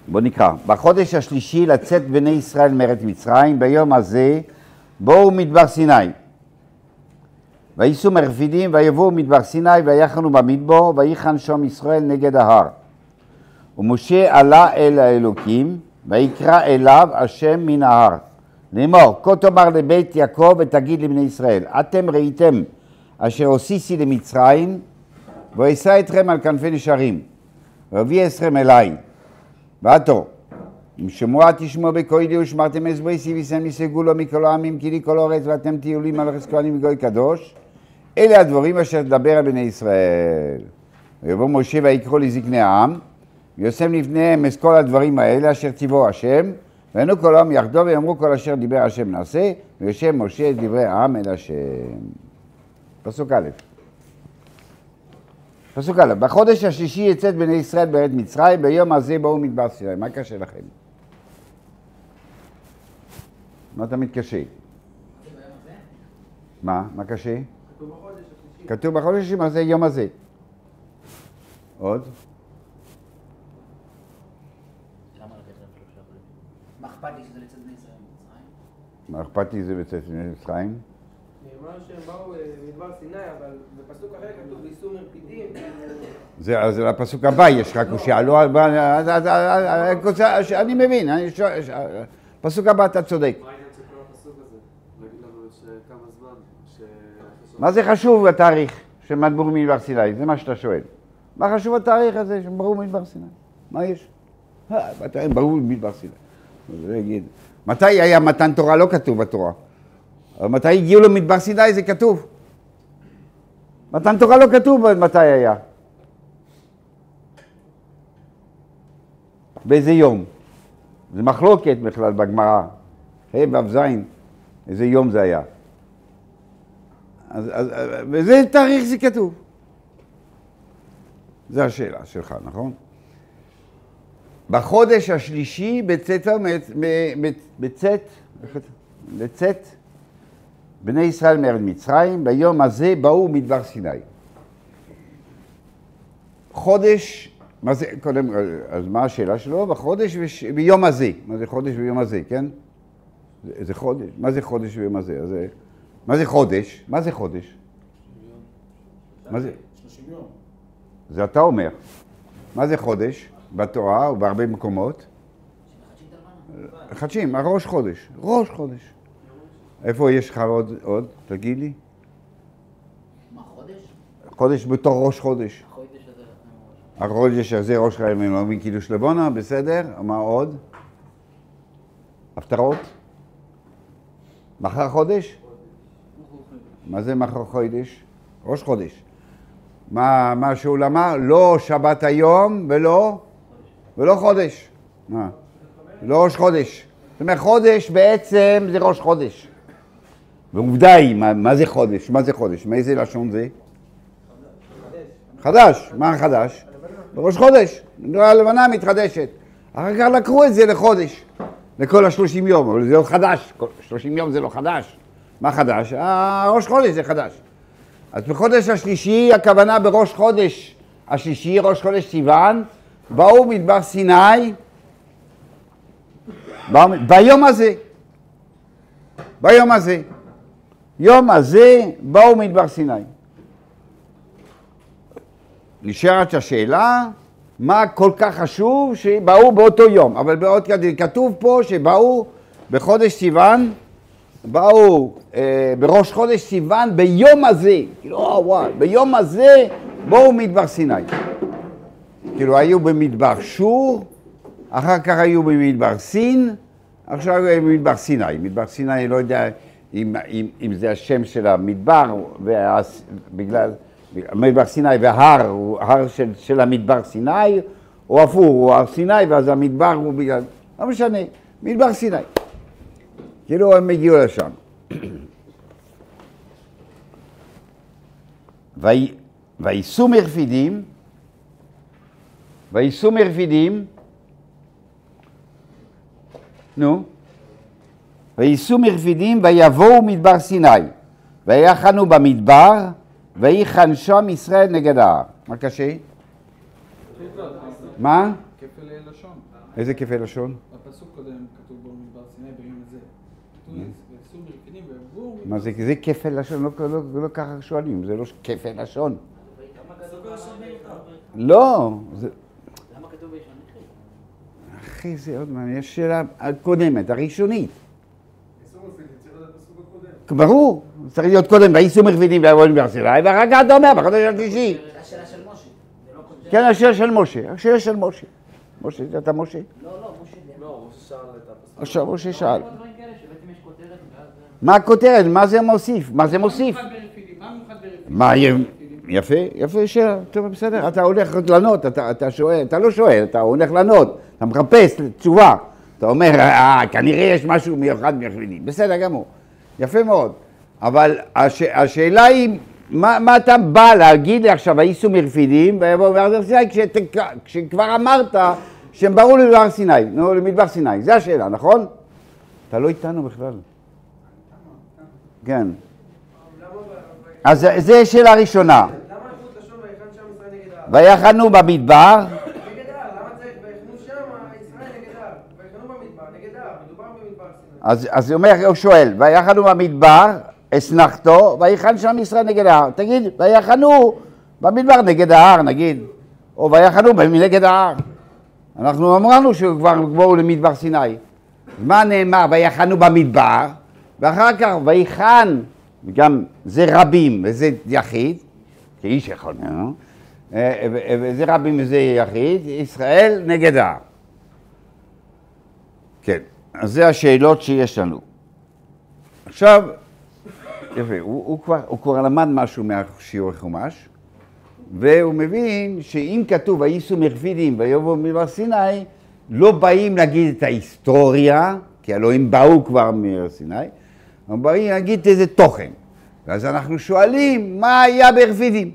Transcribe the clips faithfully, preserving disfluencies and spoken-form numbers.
בוא נקרא. בחודש השלישי לצאת בני ישראל מארץ מצרים, ביום הזה בואו מדבר סיני. וייסעו מרפידים ויבואו מדבר סיני ויחנו במדבר ויחן שם ישראל נגד ההר. ומשה עלה אל האלוקים ויקרא אליו השם מן ההר. לאמור, כה תאמר לבית יעקב ותגיד לבני ישראל, אתם ראיתם אשר הוסיסי למצרים ואשא אתכם על כנפי נשרים ואביא אתכם אליי. ועתו, אם שמוע תשמעו בקולי ושמרתם את בריתי וישם יסגו לו מכל העמים כי לי כל אורץ ואתם תהיו לי מלכי כהנים וגוי קדוש. אלה הדברים אשר תדבר על בני ישראל. ויבוא משה ויקרא לזקני העם ויושם לפניהם את כל הדברים האלה אשר ציוו השם, והיינו כל העם יחדו ויאמרו כל אשר דיבר השם נעשה, ויושב משה את דברי העם אל השם. פסוק א'. פסוק א', בחודש השישי יצאת בני ישראל בארץ מצרים, ביום הזה באו מדבר סיני. מה קשה לכם? מה תמיד קשה? מה? מה קשה? כתוב בחודש השישי. כתוב בחודש השישי, מה זה יום הזה? עוד? מה אכפת לי שזה לצאת בני ישראל ממצרים? מה אכפת לי זה לצאת בני מצרים? נאמר שהם באו מדבר סיני, אבל בפסוק אחר כתוב וייסעו מרפידים. זה לפסוק הבא, יש רק שעלו, אני מבין, פסוק הבא אתה צודק. מה העניין של כל הפסוק הזה? להגיד לנו שכמה זמן, מה זה חשוב התאריך של מדבור מדבר סיני? זה מה שאתה שואל. מה חשוב התאריך הזה של ברור מדבר סיני? מה יש? ברור מדבר סיני. זה יגיד. מתי היה מתן תורה? לא כתוב בתורה. אבל מתי הגיעו למדבר סיני? זה כתוב. מתן תורה לא כתוב מתי היה. באיזה יום. זה מחלוקת בכלל בגמרא. ה' באב זין, איזה יום זה היה. אז, אז, וזה תאריך זה כתוב. זה השאלה שלך, נכון? בחודש השלישי בצאת, בצאת, בצאת בני ישראל מארץ מצרים, ביום הזה באו מדבר סיני. חודש, מה זה, קודם, אז מה השאלה שלו? בחודש וש, ביום הזה. מה זה חודש ביום הזה, כן? זה, זה חודש. מה זה חודש ביום הזה? אז, מה זה חודש? מה זה חודש? מה זה? שלושים יום. זה אתה אומר. מה זה חודש? בתורה ובהרבה מקומות. חדשים, ראש חודש. ראש חודש. איפה יש לך עוד, עוד? תגיד לי. מה, חודש? חודש בתור ראש חודש. החודש הזה. החודש הזה ראש חודש, אומרים קידוש לבונה, בסדר? מה עוד? הפטרות? מחר חודש? מה זה מחר חודש? ראש חודש. מה, מה שהוא אמר? לא שבת היום ולא, ולא חודש. מה? לא ראש חודש. זאת אומרת, חודש בעצם זה ראש חודש. ועובדה היא, מה, מה זה חודש? מה זה חודש? מאיזה לשון זה? חדש. מה חדש? בראש חודש. הלבנה מתחדשת. אחר כך לקחו את זה לחודש. לכל השלושים יום, אבל זה לא חדש. שלושים יום זה לא חדש. מה חדש? הראש חודש זה חדש. אז בחודש השלישי, הכוונה בראש חודש השלישי, ראש חודש סיוון, באו מדבר סיני, באו, ביום הזה, ביום הזה, יום הזה באו מדבר סיני. נשארת השאלה, מה כל כך חשוב שבאו באותו יום, אבל בעוד כתוב פה שבאו בחודש סיוון, באו אה, בראש חודש סיוון ביום הזה, כאילו, וואו, וואו, ביום הזה באו מדבר סיני. כאילו, היו במדבר שור, אחר כך היו במדבר סין, עכשיו היו במדבר סיני. מדבר סיני, אני לא יודע אם, אם, אם זה השם של המדבר, והס, בגלל, מדבר סיני וההר הוא הר של, של המדבר סיני, או הפוך, הוא הר סיני, ואז המדבר הוא בגלל, לא משנה, מדבר סיני. כאילו הם הגיעו לשם. וייסעו מרפידים, וייסעו מרפידים, נו, וייסעו מרפידים ויבואו מדבר סיני, ויחנו במדבר, ויחן שם ישראל נגד ההר. מה קשה? מה? כפל לשון. איזה כפל לשון? בפסוק קודם כתוב בו מדבר סיני ביום הזה. כתוב ויעשו מרפידים ויעברו... מה זה, זה כפל לשון, לא, לא, לא ככה שואלים, זה לא כפל לשון. לא. זה... למה כתוב בישון אחי? אחי, זה עוד מעניין, יש שאלה הקודמת, הראשונית. ברור, צריך להיות קודם, וייסעו מרפידים ויבואו לברסיני, ואחר כך אתה אומר, בחודש השלישי. השאלה של משה. זה לא כותב. כן, השאלה של משה, השאלה של משה. משה, אתה משה? לא, לא, משה. לא, משה שאל את הפסוק. עכשיו משה שאל. כל דברים כאלה שבעצם יש כותרת ואז... מה הכותרת? מה זה מוסיף? מה זה מוסיף? מה מיוחד ברפידים? מה, יפה, יפה שאלה, טוב, בסדר, אתה הולך לענות, אתה, אתה שואל, אתה לא שואל, אתה הולך לענות, אתה מחפש תשובה, אתה אומר, אה, כנראה יש משהו מיוחד מרפידים, בסדר גמור, יפה מאוד, אבל הש, השאלה היא, מה, מה אתה בא להגיד לי עכשיו, וייסעו מרפידים, ויבואו בהר סיני, כשת, כשכבר אמרת שהם באו למדבר סיני, נו, למדבר סיני, זה השאלה, נכון? אתה לא איתנו בכלל. כן. אז זה שאלה ראשונה. למה איכות לשון ויחן שם ישראל נגד ההר? ויחנו במדבר, נגד ההר, למה צריך ויחנו שם ישראל נגד ההר? ויחנו במדבר, נגד ההר, מדובר במדבר סיני. אז, אז הוא אומר, הוא שואל, ויחנו במדבר, אסנחתו, ויחן שם ישראל נגד ההר. תגיד, ויחנו במדבר נגד ההר, נגיד, או ויחנו נגד ההר. אנחנו אמרנו שכבר באו למדבר סיני. מה נאמר? ויחנו במדבר, ואחר כך ויחן, וגם זה רבים וזה יחיד, כאיש יכול, וזה רבים וזה יחיד, ישראל נגד ההר. כן, אז זה השאלות שיש לנו. עכשיו, יפה, הוא, הוא, כבר, הוא כבר למד משהו מהשיעור חומש, והוא מבין שאם כתוב וייסעו מרפידים ויבואו מדבר סיני, לא באים להגיד את ההיסטוריה, כי הלוא הם באו כבר מדבר סיני, אבל באים להגיד איזה תוכן. ואז אנחנו שואלים, מה היה ברפידים?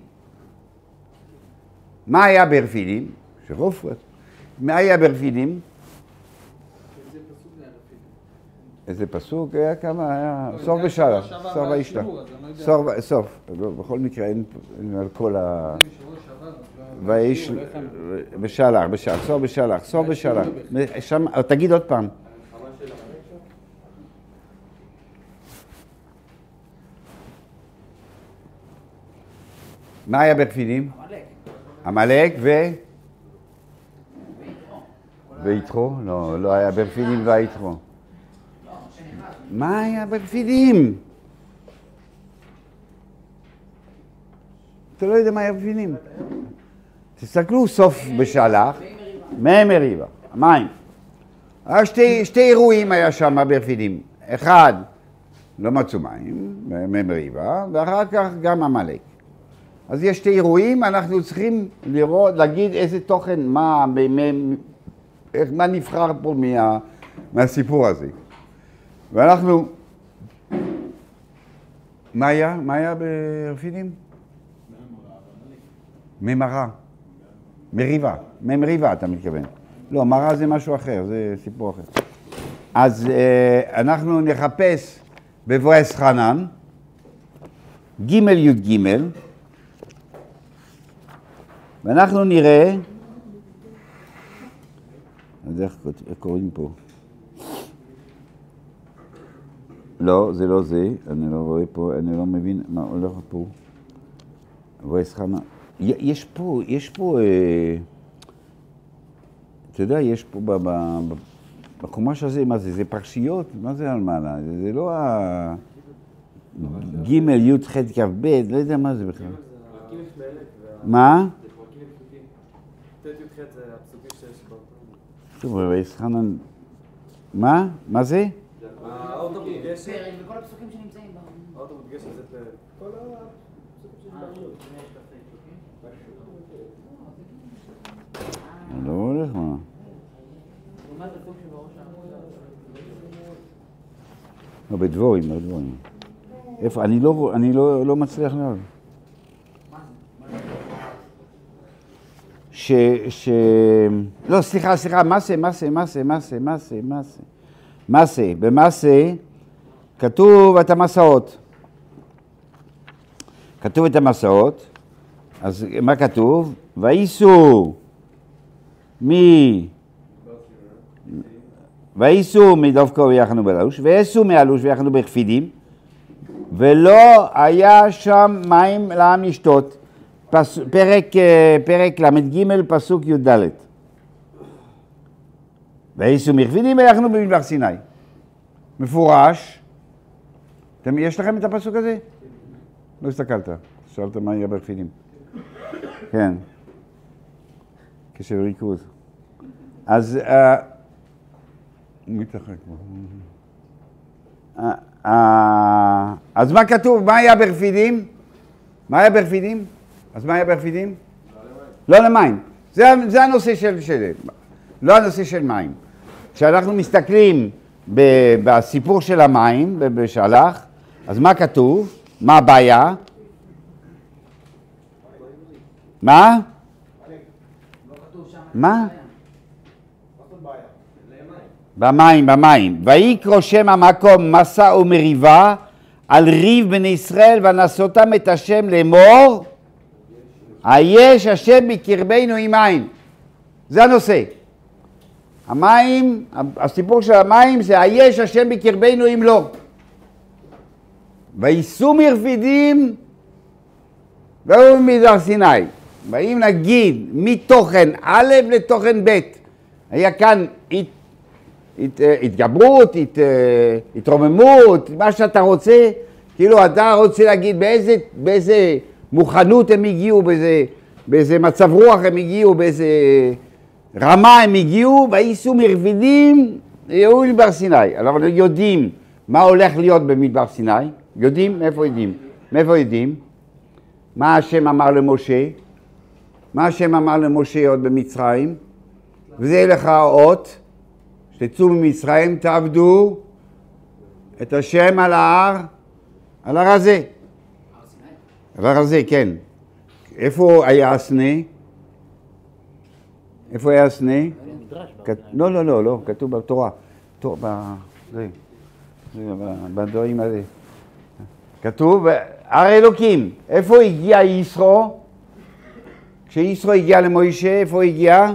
מה היה ברפידים? שרופת. מה היה ברפידים? איזה פסוק זה הרפידים? איזה פסוק היה כמה? היה סוף ושלח, סוף וישלח. סוף, סוף. בכל מקרה אין על כל ה... ויש... בשלח, בשלח, סוף ושלח, סוף ושלח. תגיד עוד פעם. מה היה ברפידים? עמלק ו... ויתרו? לא, לא היה ברפידים ויתרו. מה היה ברפידים? אתה לא יודע מה היה ברפידים. תסתכלו סוף בשלח. מי מריבה, מים. שתי, שתי אירועים היה שם ברפידים. אחד, לא מצאו מים, מי מריבה, ואחר כך גם עמלק. אז יש שתי אירועים, אנחנו צריכים לראות, להגיד איזה תוכן, מה, איך, מה נבחר פה מה, מהסיפור הזה. ואנחנו, מה היה? מה היה ברפידים? ממרה. מריבה. ממריבה אתה מתכוון. לא, מרה זה משהו אחר, זה סיפור אחר. אז אנחנו נחפש בבואס חנן, ג' י' ג', ואנחנו נראה, אז איך קוראים פה? לא, זה לא זה, אני לא רואה פה, אני לא מבין מה הולך פה. בואס חנן. יש פה, יש פה, אה, אתה יודע, יש פה בחומש הזה, מה זה, זה פרשיות? מה זה אלמנה? זה, זה לא ה... ג' י' ח' כ' ב', לא יודע מה זה בכלל. מה? ט' י' ח' זה הפסוקים שיש בו. טוב, בואס חנן, מה? מה זה? האוטו מודגשת. וכל הפסוקים שנמצאים בה. האוטו מודגשת זה פרק. כל אני לא הולך מה. לא, בדבורים, בדבורים. איפה? אני לא, אני לא, לא מצליח לראות. ש... ש... לא, סליחה, סליחה, מסה, מסה, מסה, מסה, מסה, מסה. מסה, במסה כתוב את המסעות. כתוב את המסעות, אז מה כתוב? וייסעו וייסעו מדווקא ויחנו בלוש, וייסעו מהלוש ויחנו בכפידים, ולא היה שם מים לעם לשתות. פס, פרק, פרק למד ג' פסוק י"ד. וייסעו מכפידים ויחנו במדבר סיני. מפורש. אתם, יש לכם את הפסוק הזה? לא הסתכלת, שאלת מה יהיה בכפידים. כן. קשב ריכוז. אז... אז מה כתוב? מה היה ברפידים? מה היה ברפידים? אז מה היה ברפידים? לא למים. זה, זה הנושא של, של... לא הנושא של מים. כשאנחנו מסתכלים ב, בסיפור של המים, בשלח, אז מה כתוב? מה הבעיה? מה? מה? במים, במים. ויקרא שם המקום מסע ומריבה על ריב בני ישראל ונשאותם את השם לאמור היש השם בקרבנו עם מים. זה הנושא. המים, הסיפור של המים זה היש השם בקרבנו עם לא. וייסעו מרפידים והיו במדבר סיני. ואם נגיד מתוכן א' לתוכן ב', היה כאן הת, הת, התגברות, הת, התרוממות, מה שאתה רוצה, כאילו אתה רוצה להגיד באיזה, באיזה מוכנות הם הגיעו, באיזה, באיזה מצב רוח הם הגיעו, באיזה רמה הם הגיעו, וייסעו מרפידים, היו במדבר סיני. אבל יודעים מה הולך להיות במדבר סיני, יודעים? מאיפה יודעים? מאיפה יודעים? מה השם אמר למשה? מה השם אמר למשה עוד במצרים? וזה לך האות, שתצאו ממצרים, תעבדו את השם על ההר, על הר הזה. על הר הזה, כן. איפה היה הסנה? איפה היה הסנה? לא, לא, לא, לא, כתוב בתורה. בדברים הזה. כתוב, הר אלוקים. איפה הגיע ישרו? כשישרו הגיע למוישה, איפה הגיע?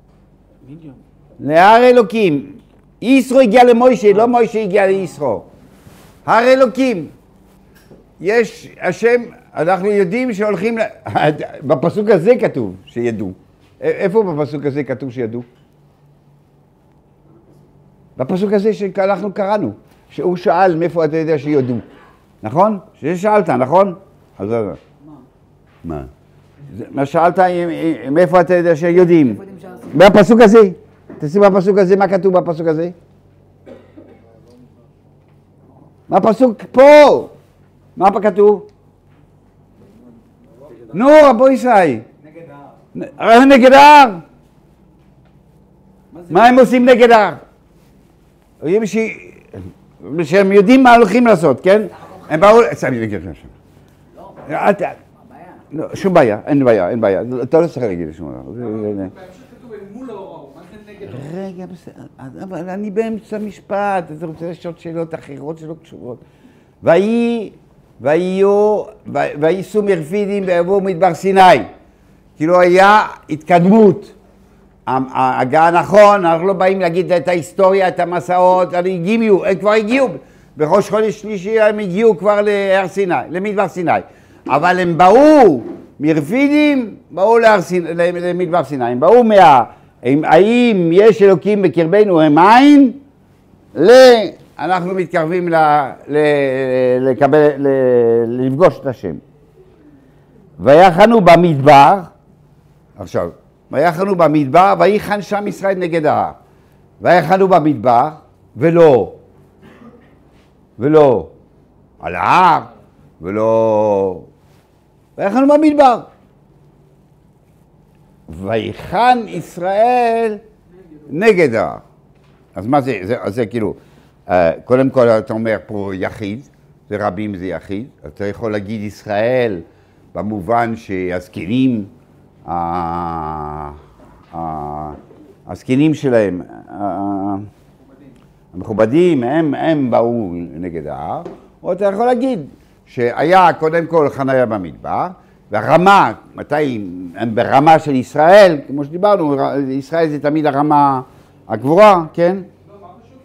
להר אלוקים. ישרו הגיע למוישה, לא מוישה הגיע לישרו. הר אלוקים. יש השם, אנחנו יודעים שהולכים, בפסוק הזה כתוב שידעו. איפה בפסוק הזה כתוב שידעו? בפסוק הזה שאנחנו קראנו, שהוא שאל מאיפה אתה יודע שיודעו. נכון? ששאלת, נכון? אז מה? מה? מה שאלת, מאיפה אתה יודע שיודעים? בפסוק הזה. תשים בפסוק הזה, מה כתוב בפסוק הזה? מה הפסוק פה? מה פה כתוב? נו, רבו ישראל. נגד ההר. נגד ההר. מה הם עושים נגד ההר? שהם יודעים מה הולכים לעשות, כן? הם באו... סמי, נגד ההר. אל ת... שום בעיה, אין בעיה, אין בעיה. אתה לא צריך להגיד לשום דבר. בהמשך כתוב מול ההוראות, מה זה נגד ההוראות? רגע, בסדר, אבל אני באמצע המשפט, אתה רוצה לשאול שאלות אחרות שלא קשורות. וייסעו מרפידים ויבואו מדבר סיני. כאילו היה התקדמות. ההגעה נכון, אנחנו לא באים להגיד את ההיסטוריה, את המסעות, הם הגיעו, הם כבר הגיעו. בראש חודש שלישי הם הגיעו כבר להר סיני, למדבר סיני. אבל הם באו מרפידים, באו למדבר סיני. הם באו מה... האם יש אלוקים בקרבנו הם אין? ל... אנחנו מתקרבים ל... ל... לקבל... ל... לפגוש את השם. ויחנו במדבר, עכשיו, ויחנו במדבר, ויחן שם ישראל נגד ההר. ויחנו במדבר, ולא, ולא, על ההר, ולא, ויחנו במדבר. ויחן ישראל נגד ההר. אז מה זה? זה, זה כאילו, קודם כל אתה אומר פה יחיד, זה רבים זה יחיד, אתה יכול להגיד ישראל במובן שהזקנים, הזקנים שלהם, המכובדים, הם, הם באו נגד ההר, או אתה יכול להגיד שהיה קודם כל חניה במדבר, והרמה, מתי הם ברמה של ישראל, כמו שדיברנו, ישראל זה תמיד הרמה הגבוהה, כן? לא, מה חשוב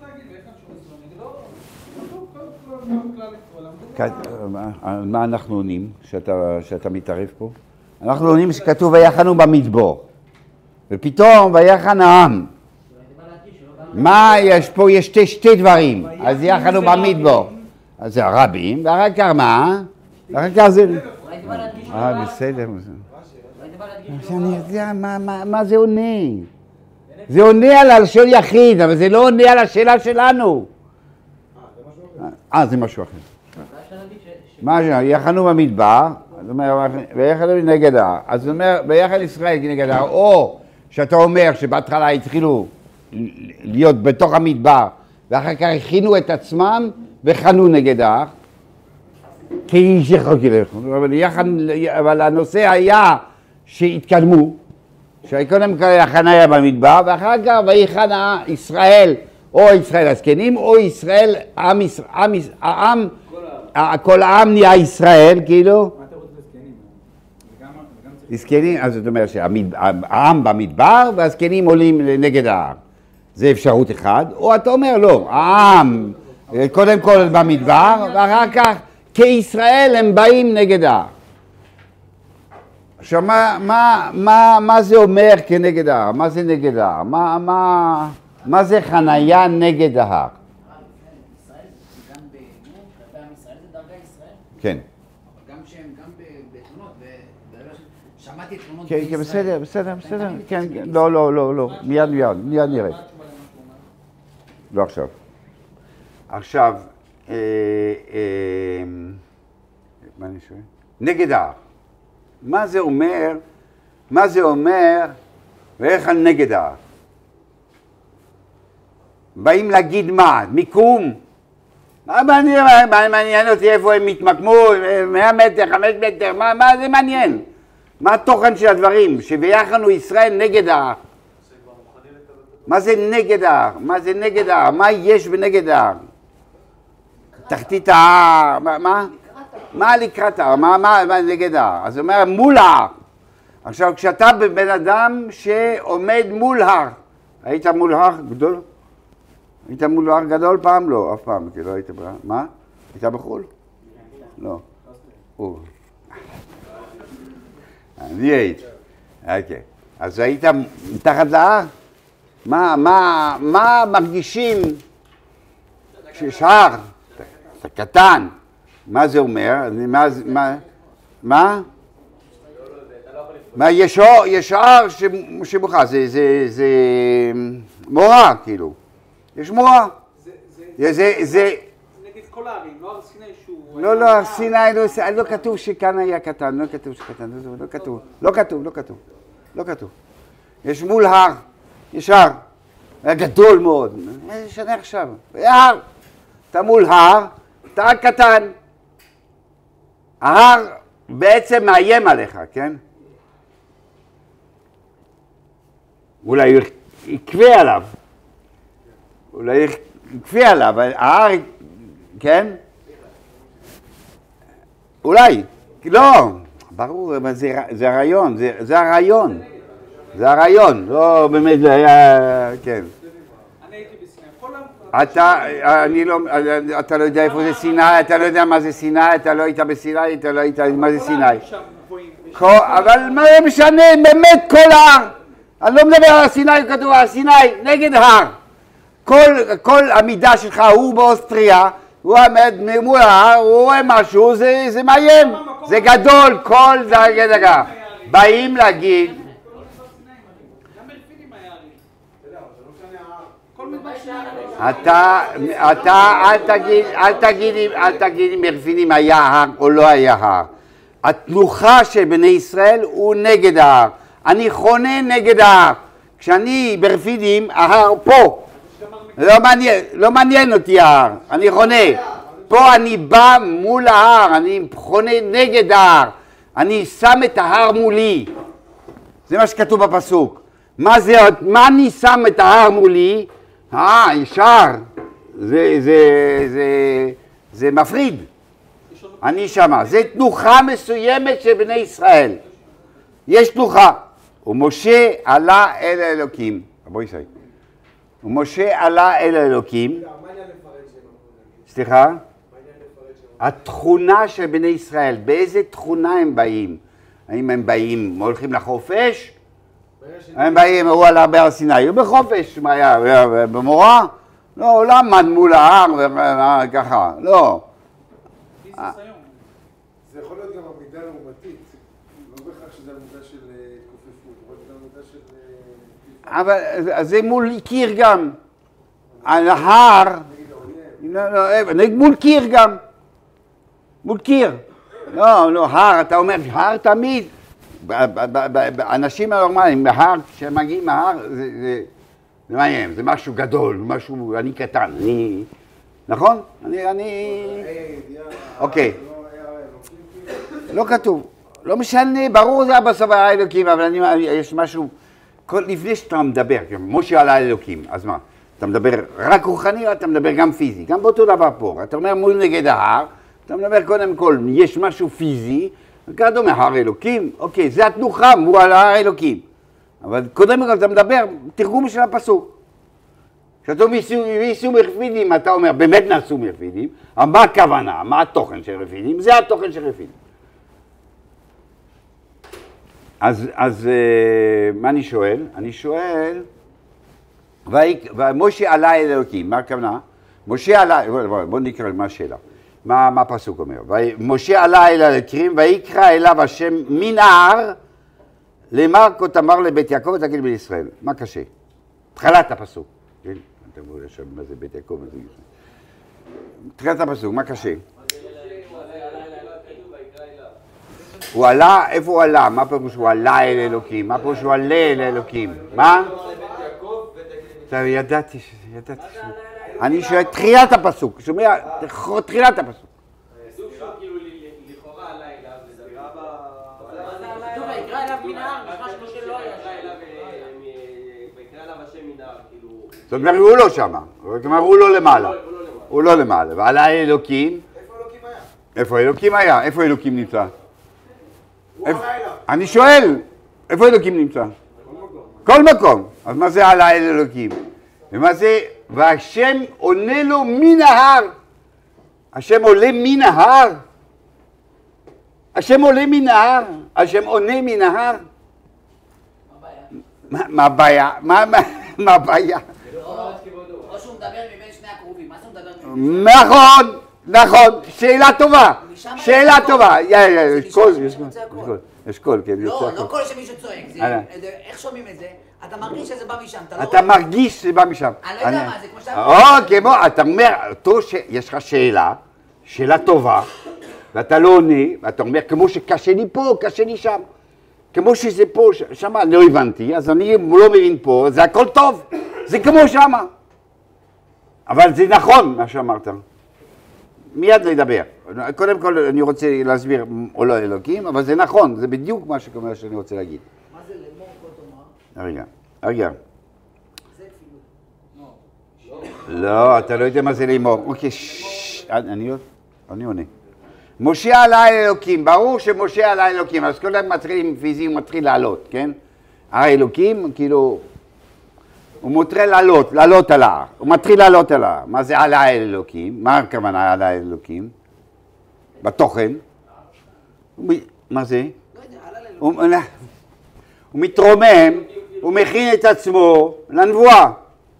על מה אנחנו עונים שאתה, שאתה מתערב פה? אנחנו עונים שכתוב ויחנו במדבור, ופתאום ויחן העם. מה יש פה? יש שתי, שתי דברים, אז יחנו במדבור. אז זה הרבים, ואחר כך מה? ואחר כך זה... אה, בסדר. אני יודע מה זה עונה. זה עונה על הלשון יחיד, אבל זה לא עונה על השאלה שלנו. אה, זה משהו אחר. מה זה? יחנו במדבר, זאת אומרת, ויחנו נגד ההר. אז זאת אומרת, ויחן ישראל נגד ההר, או שאתה אומר שבהתחלה התחילו להיות בתוך המדבר, ואחר כך הכינו את עצמם וחנו נגד ההר, כי שחוקי לכם. אבל הנושא היה שהתקדמו, שקודם כל יחן היה במדבר, ואחר כך ויחן ישראל, או ישראל הזקנים, או ישראל, עם, עם, העם, כל העם נהיה ישראל, כאילו. מה אתה רוצה זקנים? זקנים, אז זאת אומרת שהעם במדבר, והזקנים עולים נגד ההר. זה אפשרות אחד, או אתה אומר לא, העם קודם כל במדבר, ואחר כך כישראל הם באים נגד ההר. עכשיו, מה, מה, מה, מה זה אומר כנגד ההר? מה זה נגד ההר? מה, מה, מה זה חנייה נגד ההר? ישראל, גם בנו, כלפי עם ישראל זה דרגה ישראל? כן. אבל גם שהם, גם בתלונות, שמעתי תלונות כן, בישראל. כן, בסדר, בסדר, בסדר, כן, כן, לא, לא, לא, לא, מיד, מיד, מיד נראה. לא עכשיו. עכשיו, אה, אה, מה אני שואל? נגד ההר. מה זה אומר, מה זה אומר, ואיך על נגד ההר? באים להגיד מה? מיקום? מה מעניין, מה מעניין אותי איפה הם מתמקמו, מאה מטר, חמש מטר, מה, מה זה מעניין? מה התוכן של הדברים? שביחנו ישראל נגד ההר. מה זה נגד ההר? מה זה נגד ההר? מה יש בנגד ההר? תחתית ההר, מה? מה? מה לקראת ההר? מה, מה, מה נגד ההר? אז הוא אומר מול ההר. עכשיו כשאתה בן אדם שעומד מול הר, היית מול הר גדול? היית מול הר גדול פעם? לא, אף פעם, כי לא היית בה. מה? היית בחול? לא. או. אני הייתי. אוקיי. אז היית מתחת להר? מה, מה, מה מרגישים שיש הר? אתה קטן. מה זה אומר? מה, מה, מה? מה, יש הר, יש הר שמוחה, זה, זה, זה מורה, כאילו. יש מורה. זה, זה, זה... נגד כל הערים, לא הר סיני שהוא... לא, לא, הר סיני, לא כתוב שכאן היה קטן, לא כתוב שקטן, לא כתוב, לא כתוב, לא כתוב, לא כתוב. יש מול הר, יש הר, היה גדול מאוד, איזה שנה עכשיו, הר, אתה מול הר, אתה קטן. ההר בעצם מאיים עליך, כן? אולי יקווה עליו, אולי יקווה עליו, ההר, כן? אולי, לא, ברור, אבל זה, זה הרעיון, זה, זה הרעיון, זה הרעיון, לא באמת זה היה, כן. אני הייתי בסיני, כל אתה, אני לא, אתה לא יודע איפה זה סיני, אתה לא יודע מה זה סיני, אתה לא היית בסיני, אתה לא היית, מה זה סיני. אבל מה זה משנה, באמת כל הר, אני לא מדבר על הסיני, כתוב על הסיני, נגד הר. כל, כל המידה שלך הוא באוסטריה, הוא עמד מול ההר, הוא רואה משהו, זה, זה מאיים, זה גדול, כל דרגה דרגה. באים להגיד, אתה, אתה, אל תגיד, אל תגיד, אל תגיד אם ברפינים היה הר או לא היה הר. התנוחה של בני ישראל הוא נגד ההר. אני חונה נגד ההר. כשאני ברפינים, ההר פה. לא מעניין, לא מעניין אותי ההר. אני חונה. פה אני בא מול ההר, אני חונה נגד ההר. אני שם את ההר מולי. זה מה שכתוב בפסוק. מה זה, מה אני שם את ההר מולי? אה, ישר, זה, זה, זה, זה מפריד, אני שמה, זה תנוחה מסוימת של בני ישראל, יש תנוחה, ומשה עלה אל האלוקים, בואי ישי, ומשה עלה אל האלוקים, סליחה? התכונה של בני ישראל, באיזה תכונה הם באים? האם הם באים, הולכים לחופש? הם באים, הוא עלה בהר סיני, הוא בחופש, מה היה, במורה? לא, הוא לא עמד מול ההר וככה, לא. זה יכול להיות גם עמידה לעומתית, לא בהכרח שזה עמידה של התכופפות, אבל זה עמידה של... אבל זה מול קיר גם, על ההר, מול קיר גם, מול קיר. לא, לא, הר, אתה אומר, הר תמיד, אנשים הנורמליים, בהר, כשהם מגיעים מההר, זה מעניין, זה משהו גדול, משהו, אני קטן, אני, נכון? אני, אני, אוקיי. לא כתוב, לא משנה, ברור זה בסוף היה אלוקים, אבל אני, יש משהו, לפני שאתה מדבר, משה עלה אלוקים, אז מה? אתה מדבר רק רוחני או אתה מדבר גם פיזי? גם באותו דבר פה, אתה אומר מול נגד ההר, אתה מדבר קודם כל, יש משהו פיזי, וכאן אומר הר אלוקים, אוקיי, זה התנוחה מול הר אלוקים. אבל קודם כל אתה מדבר, תרגום של הפסוק. כשאתה ויסעו מרפידים, אתה אומר, באמת נעשו מרפידים, אבל מה הכוונה, מה התוכן של רפידים? זה התוכן של רפידים. אז, אז מה אני שואל? אני שואל, ומשה עלה אל אלוקים, מה הכוונה? משה עלה, בוא נקרא מה השאלה. מה, מה הפסוק אומר? משה עלה אל אלוקים ויקרא אליו השם מן ההר לאמר כה תאמר לבית יעקב ותגיד בית ישראל. מה קשה? התחלת הפסוק. כן? אתם רואים עכשיו מה זה בית יעקב וזה ישראל. התחלת הפסוק, מה קשה? הוא עלה, איפה הוא עלה? מה פירוש הוא עלה אל אלוקים? מה פירוש הוא עלה אל אלוקים? מה? ידעתי שזה, ידעתי שזה. אני שואל תחילת הפסוק, שומע? תחילת הפסוק. סוג של כאילו לכאורה עלה אליו, וסבירה ב... טוב, יקרא אליו מן ההר, נשמע כמו שלא היה. ויקרא אליו השם מן ההר, כאילו... זאת אומרת, הוא לא שמה, זאת אומרת, הוא לא למעלה. הוא לא למעלה, ועלה אל אלוקים. איפה אלוקים היה? איפה אלוקים היה? איפה אלוקים נמצא? הוא עלה אליו. אני שואל, איפה אלוקים נמצא? כל מקום. אז מה זה עלה אל אלוקים? ומה זה, והשם עונה לו מן ההר. השם עולה מן ההר. השם עולה מן ההר. השם עונה מן ההר. מה הבעיה? מה הבעיה? או שהוא מדבר מבין שני הקרובים, מה זה הוא מדבר? נכון, נכון, שאלה טובה. שאלה טובה. יש קול, יש קול, כן. לא, לא קול שמישהו צועק. איך שומעים את זה? אתה מרגיש שזה בא משם, אתה לא רואה? אתה מרגיש שזה בא משם. אני לא יודע מה זה, כמו שאתה... אוקיי, בוא, אתה אומר, יש לך שאלה, שאלה טובה, ואתה לא עונה, ואתה אומר, כמו שקשה לי פה, קשה לי שם. כמו שזה פה, שם אני לא הבנתי, אז אני לא מבין פה, זה הכל טוב, זה כמו שם. אבל זה נכון מה שאמרת. מיד לדבר. קודם כל אני רוצה להסביר או לא אלוקים, אבל זה נכון, זה בדיוק מה שקורה שאני רוצה להגיד. מה זה לאמור כה תאמר? רגע, רגע. לא, אתה לא יודע מה זה לאמור. אוקיי, אני אני עונה. משה עלה אל אלוקים, ברור שמשה עלה אל אלוקים, אז כל הזמן מתחיל עם פיזי, הוא מתחיל לעלות, כן? האלוקים, כאילו, הוא מתחיל לעלות, לעלות על ההר, הוא מתחיל לעלות על ההר. מה זה עלה אל אלוקים? מה הכוונה עלה אל אלוקים? בתוכן. מה זה? הוא מתרומם, הוא מכין את עצמו לנבואה.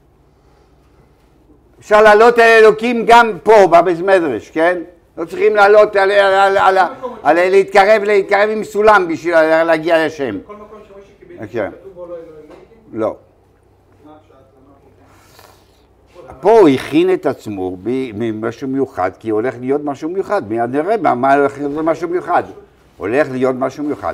אפשר לעלות אל אלוקים גם פה, בבית מדרש, כן? לא צריכים לעלות, להתקרב, להתקרב עם סולם בשביל להגיע לשם. כל מקום שמשה קיבל כתוב בו לא אלוהים? לא. פה הוא הכין את עצמו במשהו מיוחד, כי הולך להיות משהו מיוחד. מיד נראה מה הולך להיות משהו מיוחד. הולך להיות משהו מיוחד.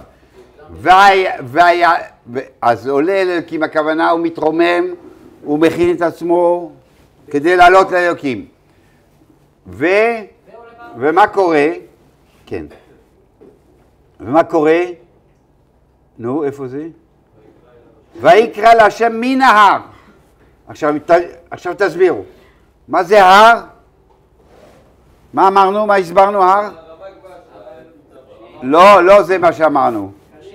אז עולה אלוקים, הכוונה הוא מתרומם, הוא מכין את עצמו כדי לעלות לאלוקים. ו... ומה קורה? כן. ומה קורה? נו, איפה זה? ויקרא להשם מן ההר. עכשיו, עכשיו תסבירו. מה זה הר? מה אמרנו? מה הסברנו הר? לא, לא זה מה שאמרנו.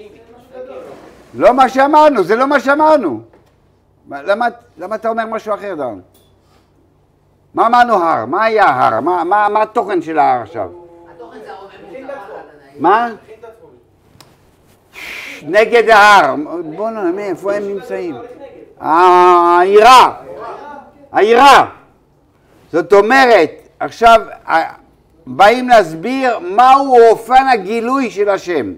לא מה שאמרנו, זה לא מה שאמרנו. למה, למה אתה אומר משהו אחר, דן? מה אמרנו הר? מה היה ההר? מה, מה, מה התוכן של ההר עכשיו? התוכן זה הרוממות. מה? נגד ההר. בואו נראה, איפה הם נמצאים? העירה. העירה. זאת אומרת, עכשיו באים להסביר מהו אופן הגילוי של השם.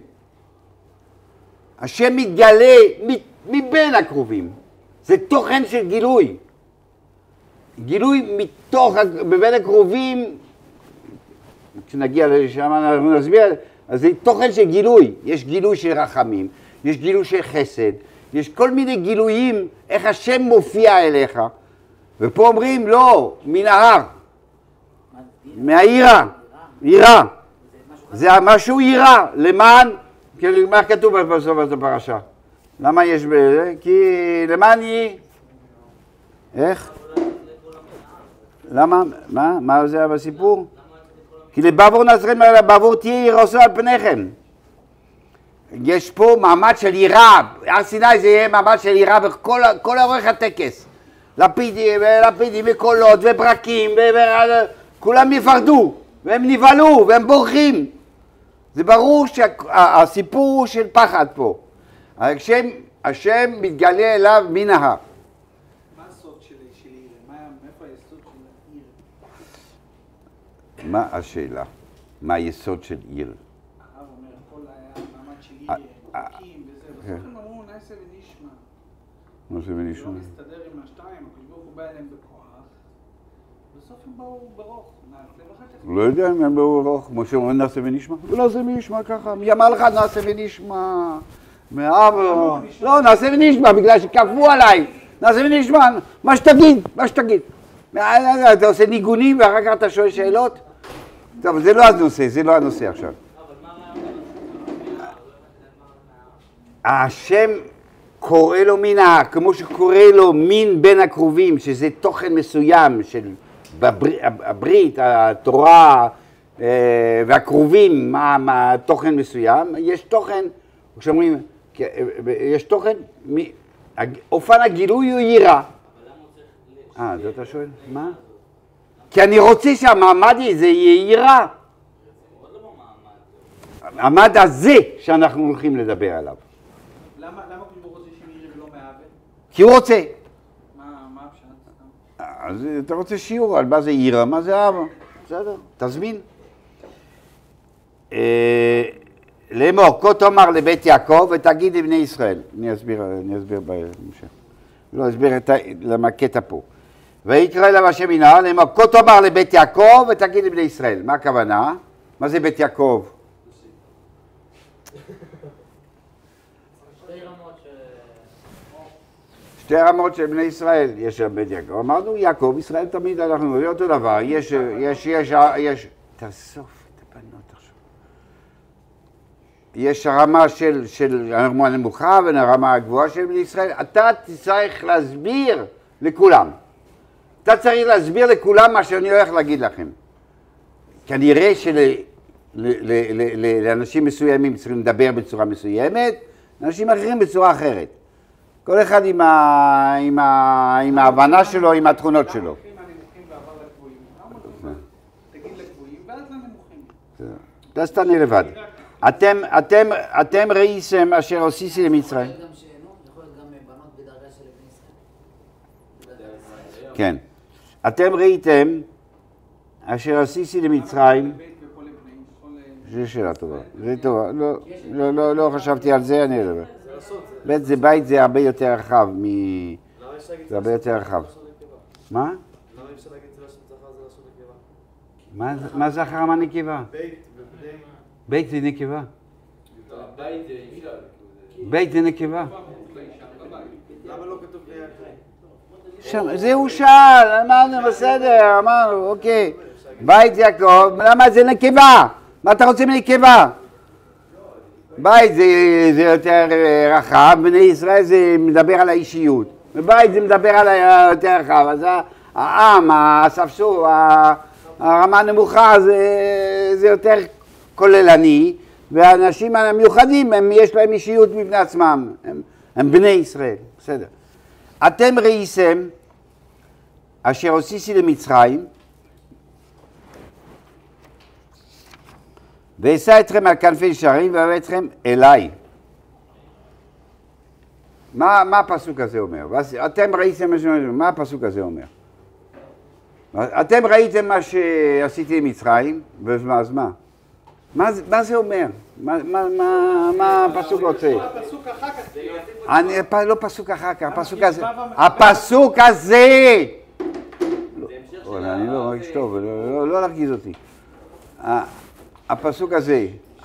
השם מתגלה מבין הקרובים. זה תוכן של גילוי. גילוי מתוך, בבין הקרובים, כשנגיע לשם אנחנו נסביר, אז זה תוכן של גילוי. יש גילוי של רחמים, יש גילוי של חסד, יש כל מיני גילויים איך השם מופיע אליך. ופה אומרים לא, מן ההר, מהעירה, עירה. זה משהו עירה, למען, מה כתוב בסוף הפרשה? למה יש בזה? כי למען היא, איך? למה? מה? מה זה בסיפור? כי לבעבור נזרים, לבעבור תהיה ירוסו על פניכם. יש פה מעמד של יראה, הר סיני זה יהיה מעמד של יראה בכל אורך הטקס. לפידים, לפידים וקולות וברקים, כולם יפרדו, והם נבהלו, והם בורחים. זה ברור שהסיפור הוא של פחד פה. השם, השם מתגלה אליו מן ההר. מה הסוד של עיר? מאיפה היסוד של העיר? מה השאלה? מה היסוד של עיר? הרב אומר, הכל היה מעמד של עיר, חוקים וזה. בסוף הם אמרו, נעשה ונשמע. נעשה ונשמע. לא מסתדר עם השתיים, הקדוש ברוך הוא בא אליהם בכוח. בסוף הם באו ברוך, נעשה ואחר כך. לא יודע אם הם באו ברוך, כמו שאומרים נעשה ונשמע. נעשה ונשמע ככה, מי אמר לך נעשה ונשמע? מאבו. לא, נעשה ונשמע, בגלל שכפו עליי. נעשה ונשמע, מה שתגיד, מה שתגיד. אתה עושה ניגונים ואחר כך אתה שואל שאלות? טוב, זה לא הנושא, זה לא הנושא עכשיו. השם קורא לו מן ההר, כמו שקורא לו מין בין הקרובים, שזה תוכן מסוים של הברית, התורה והקרובים, מה תוכן מסוים. יש תוכן, כשאומרים, יש תוכן, אופן הגילוי הוא יראה. אה, זה אתה שואל? מה? כי אני רוצה שהמעמד הזה יהיה יראה. המעמד הזה שאנחנו הולכים לדבר עליו. למה הוא רוצה שנראה ולא מהווה? כי הוא רוצה. מה הפשט? אז אתה רוצה שיעור על מה זה יראה, מה זה אבא. בסדר, תזמין. לאמור, כה תאמר לבית יעקב ותגיד לבני ישראל. אני אסביר, אני אסביר בהמשך. לא אסביר למה הקטע פה. ויקרא אליו השם מן ההר, לאמור, כה תאמר לבית יעקב ותגיד לבני ישראל. מה הכוונה? מה זה בית יעקב? שתי רמות של בני ישראל, יש שם בית יעקב. אמרנו יעקב, ישראל תמיד אנחנו, זה אותו דבר. יש, יש, יש, יש, תאסוף את הבנות עכשיו. יש הרמה של, של הרמה הנמוכה והרמה הגבוהה של בני ישראל. אתה צריך להסביר לכולם. אתה צריך להסביר לכולם מה שאני הולך להגיד לכם. כנראה שלאנשים מסוימים צריכים לדבר בצורה מסוימת, אנשים אחרים בצורה אחרת. כל אחד עם, ה, עם, ה, עם ההבנה שלו, עם התכונות שלו. למה המקרים הנמוכים ועבר לגבוהים? למה תגיד לגבוהים ואז לנמוכים? אז תענה לבד. אתם, אתם, אתם ראיתם אשר עשיתי למצרים. יכול להיות גם בנות בדרגה של בני ישראל. כן. אתם ראיתם אשר עשיתי למצרים. זו שאלה טובה. זה טובה. לא, לא, לא, לא חשבתי על זה, אני אדבר. בית זה בית זה הרבה יותר רחב מ... זה הרבה יותר רחב. מה? למה אי אפשר להגיד זה לשון זכר זה לשון נקבה? מה זכר מה נקבה? בית ובני. בית זה נקבה. בית זה אישה. בית זה נקבה. למה לא כתוב בני יעקב? זה הוא שאל, אמרנו בסדר, אמרנו, אוקיי. בית יעקב, למה זה נקבה? מה אתה רוצה מנקבה? בית זה, זה יותר רחב, בני ישראל זה מדבר על האישיות. בבית זה מדבר על יותר רחב, אז העם, הספסור, הרמה הנמוכה זה, זה יותר כוללני, והאנשים המיוחדים, הם, יש להם אישיות מבני עצמם, הם, הם בני ישראל, בסדר. אתם ראיתם אשר הוסיסי למצרים, ואשא אתכם על כנפי שערים ואביא אתכם אליי. מה, מה הפסוק הזה אומר? אתם ראיתם מה שאומר, מה הפסוק הזה אומר? אתם ראיתם מה שעשיתי למצרים, אז מה? מה, מה זה אומר? מה, מה, מה, מה הפסוק רוצה? הפסוק אחר כך. אני, לא פסוק אחר כך, הפסוק הזה. הפסוק הזה! אני לא מרגיש טוב, לא להרגיז אותי. הפסוק הזה.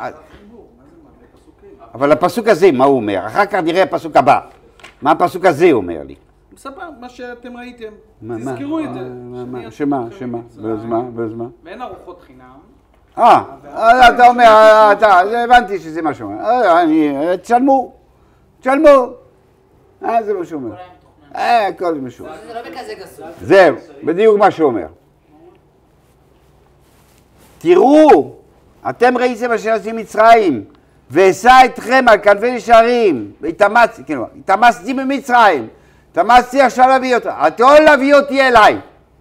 אבל הפסוק הזה, מה הוא אומר? אחר כך נראה הפסוק הבא. מה הפסוק הזה אומר לי? מספר, מה שאתם ראיתם. מה, תזכרו את זה. מה, שמה, שמה, בזמה, בזמה. ואין ארוחות חינם. אה, אתה אומר, אתה, הבנתי שזה מה שאומר. אני, תשלמו, תשלמו. אה, זה מה שאומר. אה, הכל זה משהו. זה לא בכזה גסות. זהו, בדיוק מה שאומר. תראו, אתם ראיתם אשר עשיתי מצרים, ואשא אתכם על כנפי שערים, והתאמצתי, כאילו, התאמצתי במצרים, התאמצתי עכשיו להביא אותה, הכל להביא אותי אליי.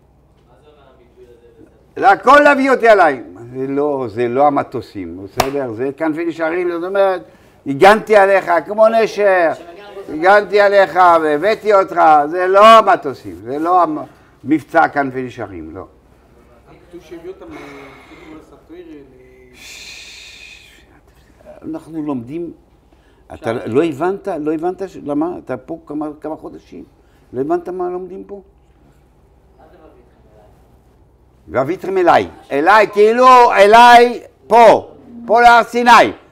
הכל להביא אותי אליי. זה לא, זה לא המטוסים, בסדר? זה כנפי שערים, זאת אומרת, הגנתי עליך כמו נשר, הגנתי עליך והבאתי אותך, זה לא המטוסים, זה לא מבצע כנפי נשארים, לא. כתוב שהביאו אותם לספיר, אנחנו לומדים, אתה לא הבנת, לא הבנת למה? אתה פה כמה חודשים, לא הבנת מה לומדים פה? והביאתכם אליי, אליי, כאילו אליי פה, פה להר סיני.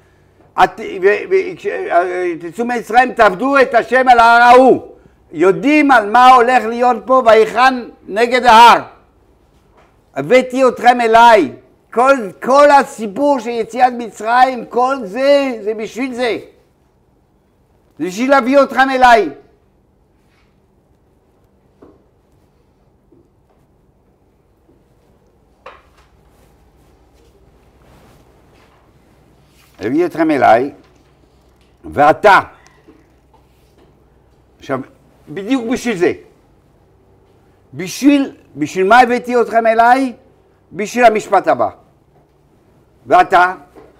תצאו מישראל, תעבדו את השם על ההר ההוא. יודעים על מה הולך להיות פה ויחן נגד ההר. הבאתי אתכם אליי. כל, כל הסיפור של יציאת מצרים, כל זה, זה בשביל זה. זה בשביל להביא אתכם אליי. הביא אתכם אליי, ואתה, עכשיו, בדיוק בשביל זה, בשביל, בשביל מה הבאתי אתכם אליי? בשביל המשפט הבא. ואתה,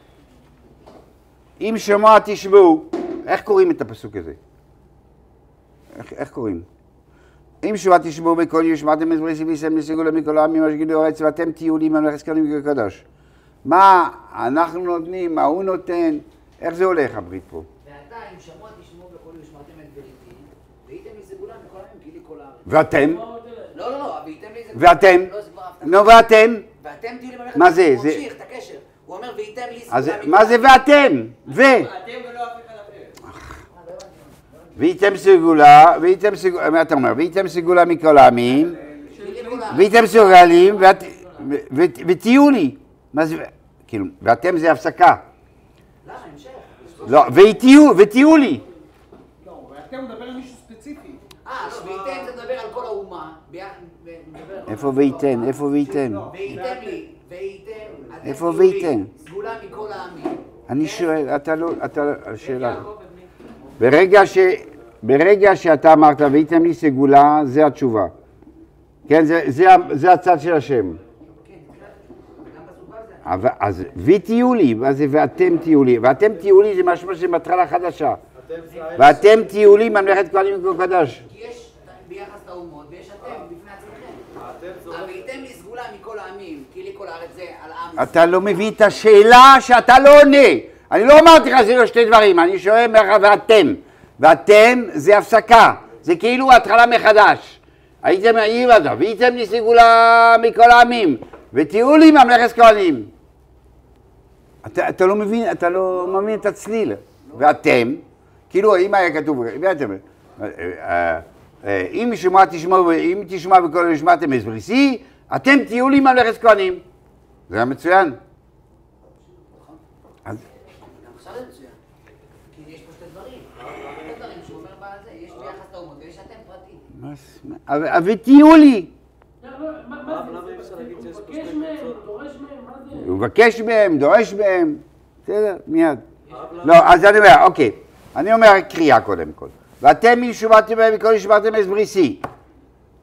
אם שמוע תשמעו, איך קוראים את הפסוק הזה? איך, איך קוראים? אם שמוע תשמעו בקול ישמעתם את בריתי וישם נסיגו למכל העמים השגידו הארץ ואתם תהיו לי ממלכת כהנים קדוש. מה אנחנו נותנים, מה הוא נותן, איך זה הולך הברית פה? ואתה, אם שמוע תשמעו בקול ושמעתם את בריתי, והייתם לי סגולה מכל העמים כי לי כל הארץ. ואתם? לא, לא, לא, והייתם לי סגולה. ואתם? לא, זה כבר הבטחה. נו, ואתם? ואתם תהיו לי ממלכת מה זה? כהנים, הוא זה- ממשיך את הקשר. הוא אומר, והייתם לי אז סגולה מכל מה זה ואתם? ו? אתם ולא אף אחד אחר. והייתם סגולה, והייתם סגולה, מה אתה אומר? והייתם סגולה מכל העמים, והייתם סגולים, ואת- ו- ו- ותהיו לי. מה זה? כאילו, ואתם זה הפסקה. למה, המשך? לא, ותהיו, ותהיו לי. לא, ואתם מדבר על מישהו ספציפי. אה, לא, והייתם זה מדבר על כל האומה. ביחד- מדבר על- איפה וייתן? איפה וייתן? והייתם לי, והייתם, אתם איפה תהיו לי והייתם? סגולה מכל העמים. אני שואל, אתה לא, אתה, השאלה. ברגע ש... ברגע שאתה אמרת, והייתם לי סגולה, זה התשובה. כן, זה, זה, ה- זה הצד של השם. כן, גם בסופה זה. אבל, אז ותהיו לי, מה זה ואתם תהיו לי? ואתם תהיו לי זה משמע של מטרה חדשה. ואתם תהיו לי ממלכת כהנים וכל קדוש. כי יש ביחס לאומות ויש אתם בפני עצמכם. והייתם לי סגולה מכל העמים, כי לי כל הארץ זה על עם. אתה לא מביא את השאלה שאתה לא עונה. אני לא אמרתי לך זה לא שתי דברים, אני שואל לך ואתם. ואתם זה הפסקה, זה כאילו התחלה מחדש. הייתם העיר הזה, והייתם לי סגולה מכל העמים, ותהיו לי ממלכת כהנים. אתה, אתה לא מבין, אתה לא מבין את הצליל. ואתם, כאילו אם היה כתוב, ואתם, אם שמוע תשמעו, אם תשמע בקול ושמעתם את בריתי, אתם תהיו לי ממלכת כהנים. זה היה מצוין. אז גם עכשיו זה מצוין. כי יש פה שתי דברים. שתי דברים שהוא אומר בזה, יש ביחס לאומות ויש אתם פרטי. מה זה? אבל ותהיו לי. הוא מבקש מהם, דורש מהם, בסדר, מיד. לא, אז אני אומר, אוקיי, אני אומר קריאה קודם כל. ואתם מי שמעתם בהם וכל שמעתם את בריתי.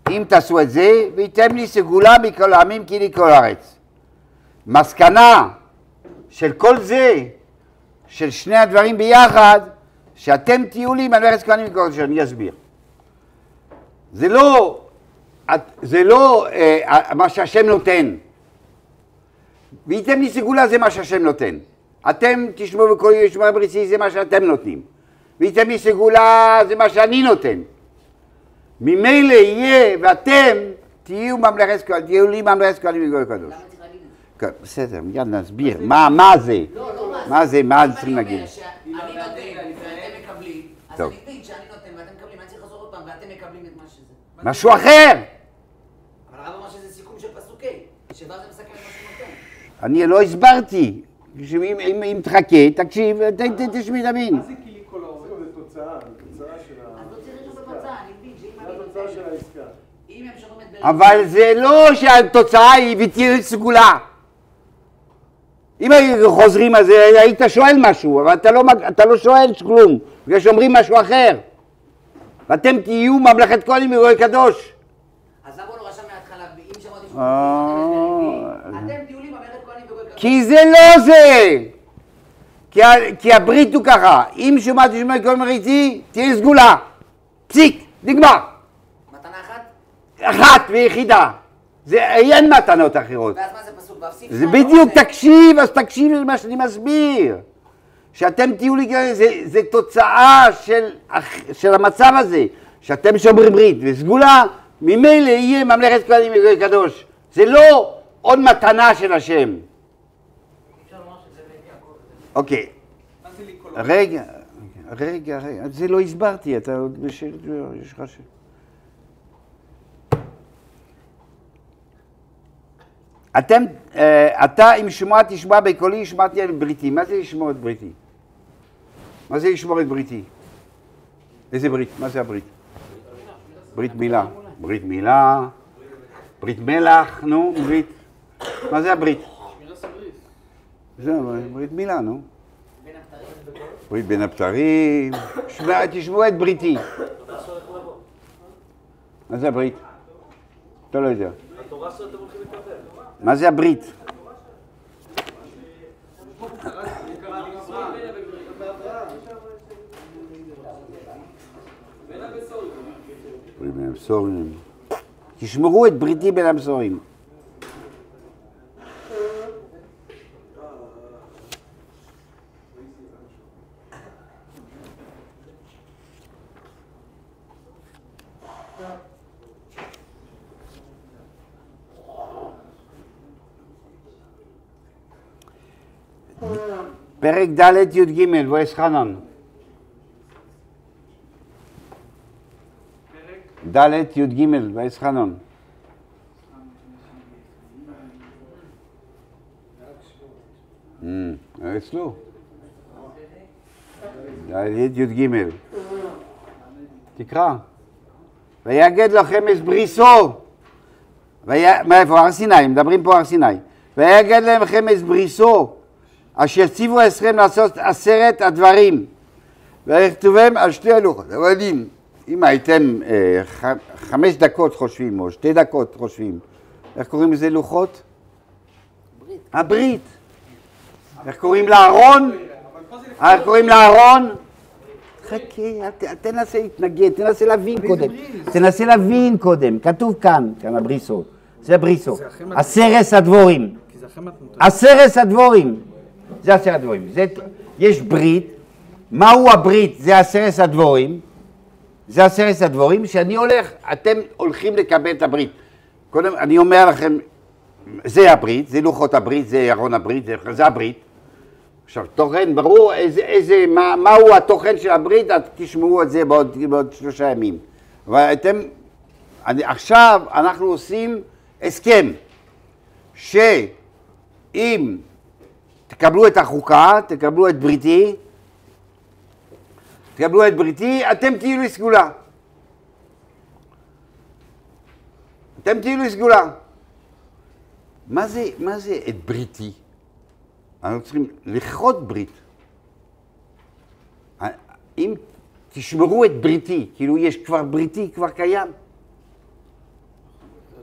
אם תעשו את זה, וייתם לי סגולה מכל העמים כי לי כל הארץ. מסקנה של כל זה, של שני הדברים ביחד, שאתם תהיו לי ממלכת כהנים וכל זה, אני אסביר. זה לא, זה לא אה, מה שהשם נותן. וייתם לי סגולה זה מה שהשם נותן. אתם תשמעו בכל ישמע בריתי זה מה שאתם נותנים. וייתם לי סגולה זה מה שאני נותן. ממילא יהיה ואתם תהיו ממלכת כהנים, תהיו לי ממלכת כהנים וכל הקדוש. למה צריך להגיד את זה? כן, בסדר, מיד נסביר. מה, מה זה? לא, לא מה זה. מה זה? מה צריכים אני להגיד? אומר שאני נותן ואתם מקבלים, אז טוב. אני אגיד שאני נותן ואתם מקבלים, אני צריך לחזור עוד פעם ואתם מקבלים את מה שזה. משהו אחר! אבל הרב אמר שזה סיכום של פסוקי, שבה זה מסכם את מה שהוא נותן. אני לא הסברתי. אם, אם, אם תחכה, תקשיב, ת, ת, תשמעי תבין. מה זה כאילו כל האור? זה תוצאה, זה תוצאה של ה... אז לא צריך להיות בתוצאה, אני מבין שאם זה אני התוצאה נותן, של העסקה. אם הם שומעים את ברית, אבל זה לא שהתוצאה היא ותהיה סגולה. אם היינו חוזרים על זה, היית שואל משהו, אבל אתה לא, אתה לא שואל כלום, בגלל שאומרים משהו אחר. ואתם תהיו ממלכת כהנים וגוי קדוש. אז למה הוא לא רשם מההתחלה, אם שמעתי שהוא אה. אתם תהיו לי ממלכת כהנים וגוי קדוש. כי זה לא זה! כי, ה, כי הברית הוא ככה, אם שמעתי שמעתי כל מריתי, תהיה סגולה. פסיק, נגמר. מתנה אחת? אחת ויחידה. זה אין מתנות אחרות. ואז מה זה פסוק? ואפסיק זה שניים, בדיוק, לא תקשיב, אז תקשיב למה שאני מסביר. שאתם תהיו לי, זה, זה תוצאה של, של המצב הזה, שאתם שומרים ברית וסגולה, ממילא יהיה ממלכת כהנים וגוי קדוש. זה לא עוד מתנה של השם. אוקיי. מה זה לי כל האור? רגע, רגע, רגע, זה לא הסברתי, אתה עוד בשאלה, יש לך שאלה. אתם, אתה עם שמוע תשמע בקולי, שמעתי על בריתי. מה זה לשמוע את בריתי? מה זה לשמוע את בריתי? איזה ברית? מה זה הברית? ברית מילה. ברית מילה, ברית מלח, נו, ברית. מה זה הברית? זה ברית מילה, נו. ברית בין הבתרים. תשמעו את בריתי. מה זה הברית? אתה לא יודע. מה זה הברית? ברית בין הבשורים. תשמרו את בריתי בין הבשורים. פרק ד' י"ג, ואס חנן. ד' י"ג, ואס חנן. אצלו. ד' י"ג. תקרא. ויגד לכם את בריסו. מאיפה? הר סיני, מדברים פה הר סיני. ויגד לכם את בריסו. אשר ציוו אתכם לעשות עשרת הדברים, ויכתובם על שתי הלוחות. אבל אם, אם הייתם אה, ח, חמש דקות חושבים, או שתי דקות חושבים, איך קוראים לזה לוחות? ברית. הברית. איך קוראים לארון? איך קוראים לארון? חכה, ת, תנסה להתנגד, תנסה להבין קודם. תנסה להבין קודם, כתוב כאן, כאן הבריסו. זה הבריסו. עשרת הדבורים. עשרת הדבורים. זה עשרת הדבורים. זה, יש ברית. מהו הברית? זה עשרת הדבורים. זה עשרת הדבורים שאני הולך, אתם הולכים לקבל את הברית. קודם, אני אומר לכם, זה הברית, זה לוחות הברית, זה ארון הברית, זה, זה הברית. עכשיו, תוכן, ברור איזה, איזה, מה, מהו התוכן של הברית, אז תשמעו את זה בעוד, בעוד שלושה ימים. אבל אתם, אני, עכשיו אנחנו עושים הסכם, שאם תקבלו את החוקה, תקבלו את בריתי, תקבלו את בריתי, אתם תהיו לי סגולה. אתם תהיו לי סגולה. מה זה, מה זה את בריתי? אנחנו צריכים לכרות ברית. אם תשמרו את בריתי, כאילו יש כבר בריתי, כבר קיים.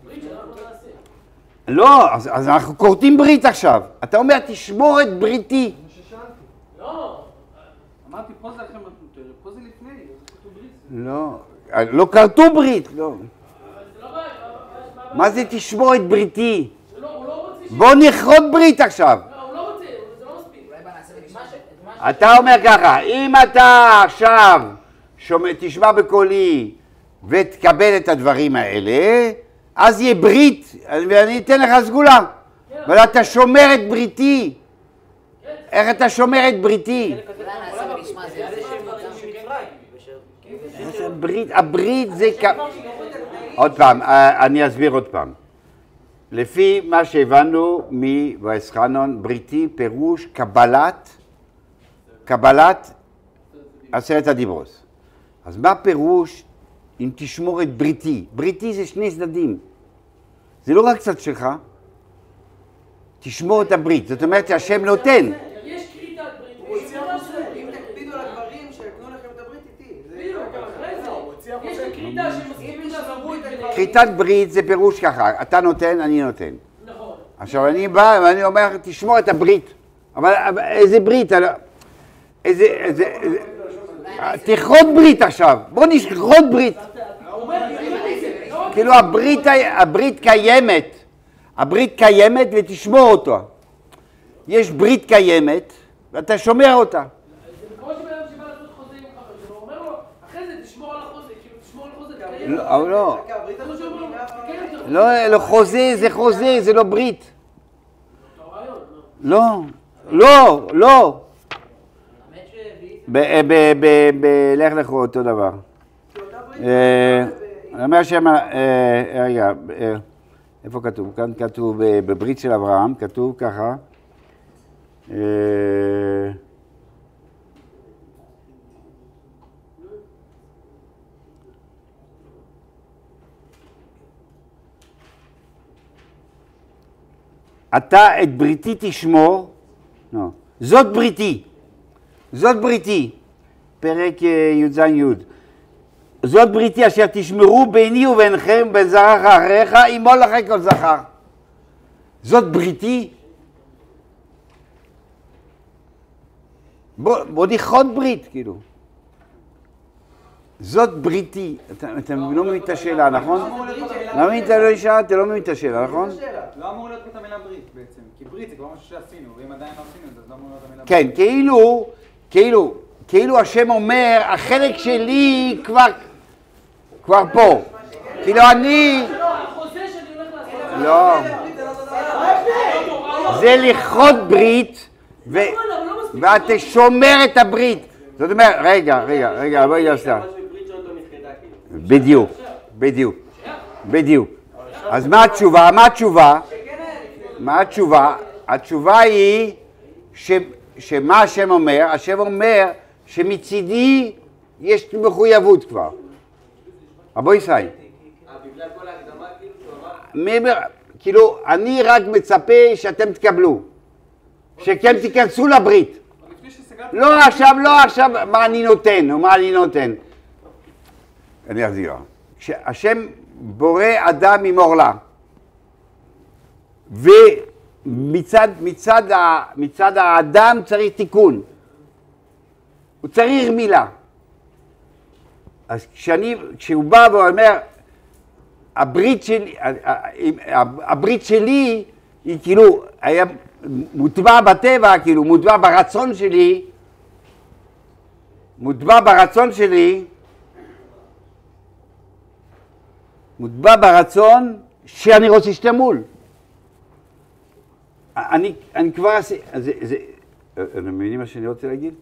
לא, אז, אז אנחנו כורתים ברית עכשיו. אתה אומר, תשמור את בריתי. לא, אמרתי, פה זה לכם מטוטרת, פה זה לפני, זה כתוב ברית. לא, לא כרתו ברית, לא. מה זה תשמור את בריתי? בוא נכרות ברית עכשיו. הוא לא רוצה, זה לא מספיק. אתה אומר ככה, אם אתה עכשיו שומע, תשמע בקולי ותקבל את הדברים האלה, אז יהיה ברית, ואני אתן לך סגולה. אבל אתה שומר את בריתי. איך אתה שומר את בריתי? הברית זה... עוד פעם, אני אסביר עוד פעם. לפי מה שהבנו מויסחנון, בריתי פירוש קבלת, קבלת עשרת הדיברות. אז מה פירוש אם תשמור את בריתי? בריתי זה שני צדדים. זה לא רק צד שלך, תשמור את הברית. זאת אומרת שהשם נותן. יש כריתת ברית. אם תקפידו על הדברים שיקנו לכם את הברית איתי. יש כריתה שמסכימים לעזרו את הדברים. כריתת ברית זה פירוש ככה, אתה נותן, אני נותן. נכון. עכשיו אני בא ואני אומר, תשמור את הברית. אבל איזה ברית? איזה... איזה... תכרות ברית עכשיו. בוא נכרות ברית. כאילו הברית, הברית קיימת. הברית קיימת ותשמור אותה. יש ברית קיימת ואתה שומר אותה. זה כמו שבאדם שבא לעשות חוזה עם חבר שלו, אומר לו, אחרי זה תשמור על החוזה, כאילו תשמור על החוזה, תקיים. לא, לא. לא, חוזה זה חוזה, זה לא ברית. לא, לא, לא. בלך לכו אותו דבר. אני אומר שם, רגע, איפה כתוב? כאן כתוב בברית של אברהם, כתוב ככה. אתה את בריתי תשמור, לא, זאת בריתי, זאת בריתי, פרק י"ז י' זאת בריתי אשר תשמרו ביני וביניכם בין זרעך אחריך ימול לכם כל זכר. זאת בריתי. בוא, בוא נכרות ברית, כאילו. זאת בריתי. אתה, אתה לא מבין את השאלה, נכון? לא מבין את השאלה, אתה לא מבין את השאלה, נכון? לא אמור להיות את המילה ברית בעצם, כי ברית זה כבר משהו שעשינו, ואם עדיין לא עשינו את זה, אז לא אמור להיות המילה ברית. כן, כאילו, כאילו, כאילו השם אומר, החלק שלי כבר, כבר פה. כאילו אני... לא. זה לכרות ברית, ואתה שומר את הברית. זאת אומרת, רגע, רגע, רגע, בואי נעשה. בדיוק, בדיוק, בדיוק. אז מה התשובה? מה התשובה? מה התשובה? התשובה היא שמה השם אומר? השם אומר שמצידי יש מחויבות כבר. אבוי סי. בגלל כל ההקדמה כאילו שהוא אמר? כאילו, אני רק מצפה שאתם תקבלו. שכם תיכנסו לברית. לא עכשיו, לא עכשיו, מה אני נותן, או מה אני נותן. אני אחזיר. השם בורא אדם ממורלה. ומצד מצד, מצד האדם צריך תיקון. הוא צריך מילה. אז כשאני, כשהוא בא ואומר, הברית שלי, הברית שלי היא כאילו, היה מוטבע בטבע, כאילו מוטבע ברצון שלי, מוטבע ברצון שלי, מוטבע ברצון שאני רוצה שתמול. אני, אני כבר עושה, זה, זה, אתם מבינים מה שאני רוצה להגיד?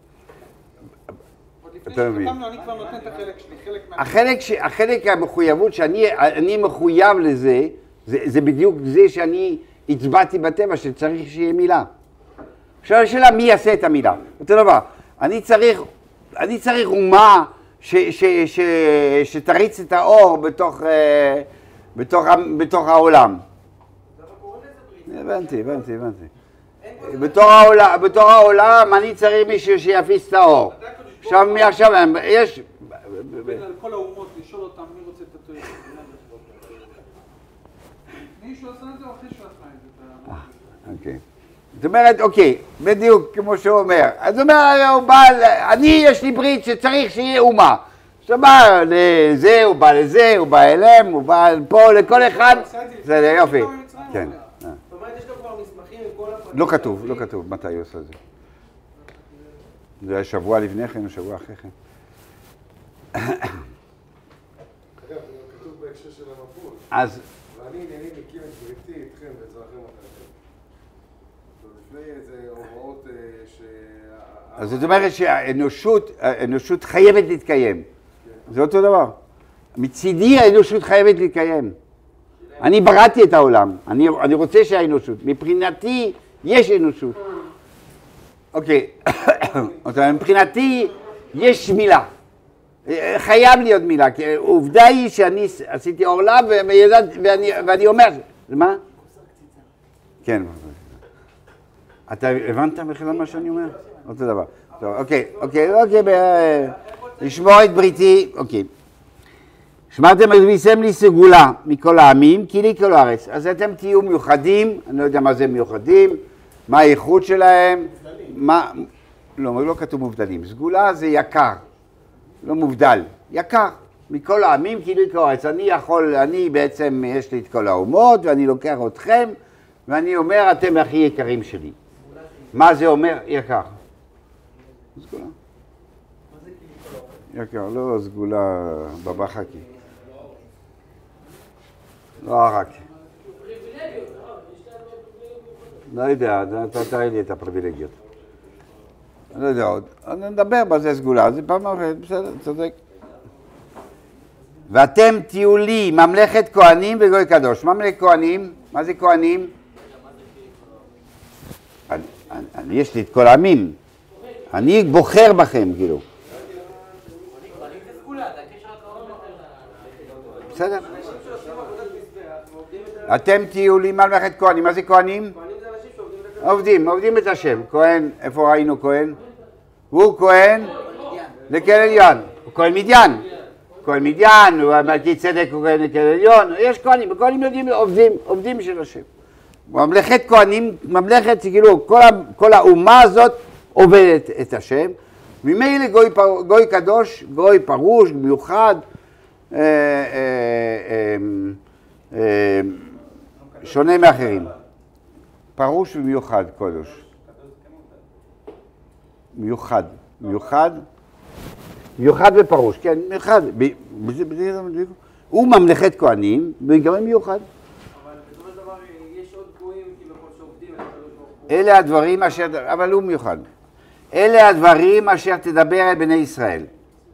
אתה מבין. אני כבר נותן את החלק שלי, חלק מה... החלק, ש, החלק המחויבות שאני אני מחויב לזה, זה, זה בדיוק זה שאני הצבעתי בטבע שצריך שיהיה מילה. עכשיו השאלה מי יעשה את המילה. אותו דבר, אני צריך, אני צריך אומה ש, ש, ש, שתריץ את האור בתוך, בתוך, בתוך העולם. הבנתי, הבנתי, הבנתי. בתוך העולם, בתוך העולם אני צריך מישהו שיפיס את האור. עכשיו מי עכשיו, יש... על כל האומות לשאול אותם מי רוצה את התואר. מישהו עשה את זה או אחרי שהוא עשה את זה? אוקיי. זאת אומרת, אוקיי, בדיוק כמו שהוא אומר. אז הוא אומר, הוא בא, אני, יש לי ברית שצריך שיהיה אומה. זאת אומרת, לזה, הוא בא לזה, הוא בא אליהם, הוא בא פה, לכל אחד. זה יופי. כן. זאת אומרת, יש לו כבר מסמכים עם כל הפרטים. לא כתוב, לא כתוב מתי הוא עושה את זה. זה היה שבוע לפני כן או שבוע אחרי כן. אגב, זה כתוב בהקשר של המבול. אז... ואני הנני מקים את בריתי איתכם ואזרחים אחריכם. לפני איזה הוראות ש... אז זאת אומרת שהאנושות, האנושות חייבת להתקיים. זה אותו דבר. מצידי האנושות חייבת להתקיים. אני בראתי את העולם, אני, אני רוצה שהאנושות. מבחינתי יש אנושות. אוקיי, מבחינתי יש מילה. חייב להיות מילה, כי העובדה היא שאני עשיתי עורלה ואני, ואני אומר, מה? כן. אתה הבנת בכלל מה שאני אומר? אותו דבר. טוב, אוקיי, אוקיי, אוקיי, לשמור את בריתי, אוקיי. שמרתם והביאתם לי סגולה מכל העמים, כי לי כל הארץ. אז אתם תהיו מיוחדים, אני לא יודע מה זה מיוחדים, מה האיכות שלהם, מה... לא, לא כתוב מובדלים. סגולה זה יקר, לא מובדל, יקר. מכל העמים, כי לי כל הארץ. אני יכול, אני בעצם, יש לי את כל האומות, ואני לוקח אתכם, ואני אומר, אתם הכי יקרים שלי. מה זה אומר? יקר. סגולה. יקר, לא סגולה בבא חכי. לא הרק. לא יודע, אתה תראה לי את הפריבילגיות. אני לא יודע עוד. אני נדבר בזה סגולה, זה פעם אחרת, בסדר, צודק. ואתם תהיו לי ממלכת כהנים וגוי קדוש. ממלכת כהנים, מה זה כהנים? אני, אני, אני, יש לי את כל העמים. אני בוחר בכם, כאילו. בסדר. אתם תהיו לי ממלכת כהנים. מה זה כהנים? עובדים, עובדים את השם. כהן, איפה ראינו כהן? הוא כהן לקהל עליון. הוא כהן מדיין. כהן מדיין, הוא מלכי צדק, הוא כהן לקהל עליון. יש כהנים, וכהנים יודעים, עובדים, עובדים של השם. ממלכת כהנים, ממלכת, כאילו, כל, כל האומה הזאת עובדת את השם. ממילא גוי, גוי קדוש, גוי פרוש, מיוחד, אה, אה, אה, אה, שונה מאחרים. פרוש ומיוחד קדוש. מיוחד, מיוחד, מיוחד ופרוש, כן, מיוחד. הוא ממלכת כהנים, וגם מיוחד. אבל בסופו של דבר יש עוד גויים כביכול שעובדים את הקדוש ברוך הוא. אלה הדברים אשר, אבל הוא מיוחד. אלה הדברים אשר תדבר על בני ישראל.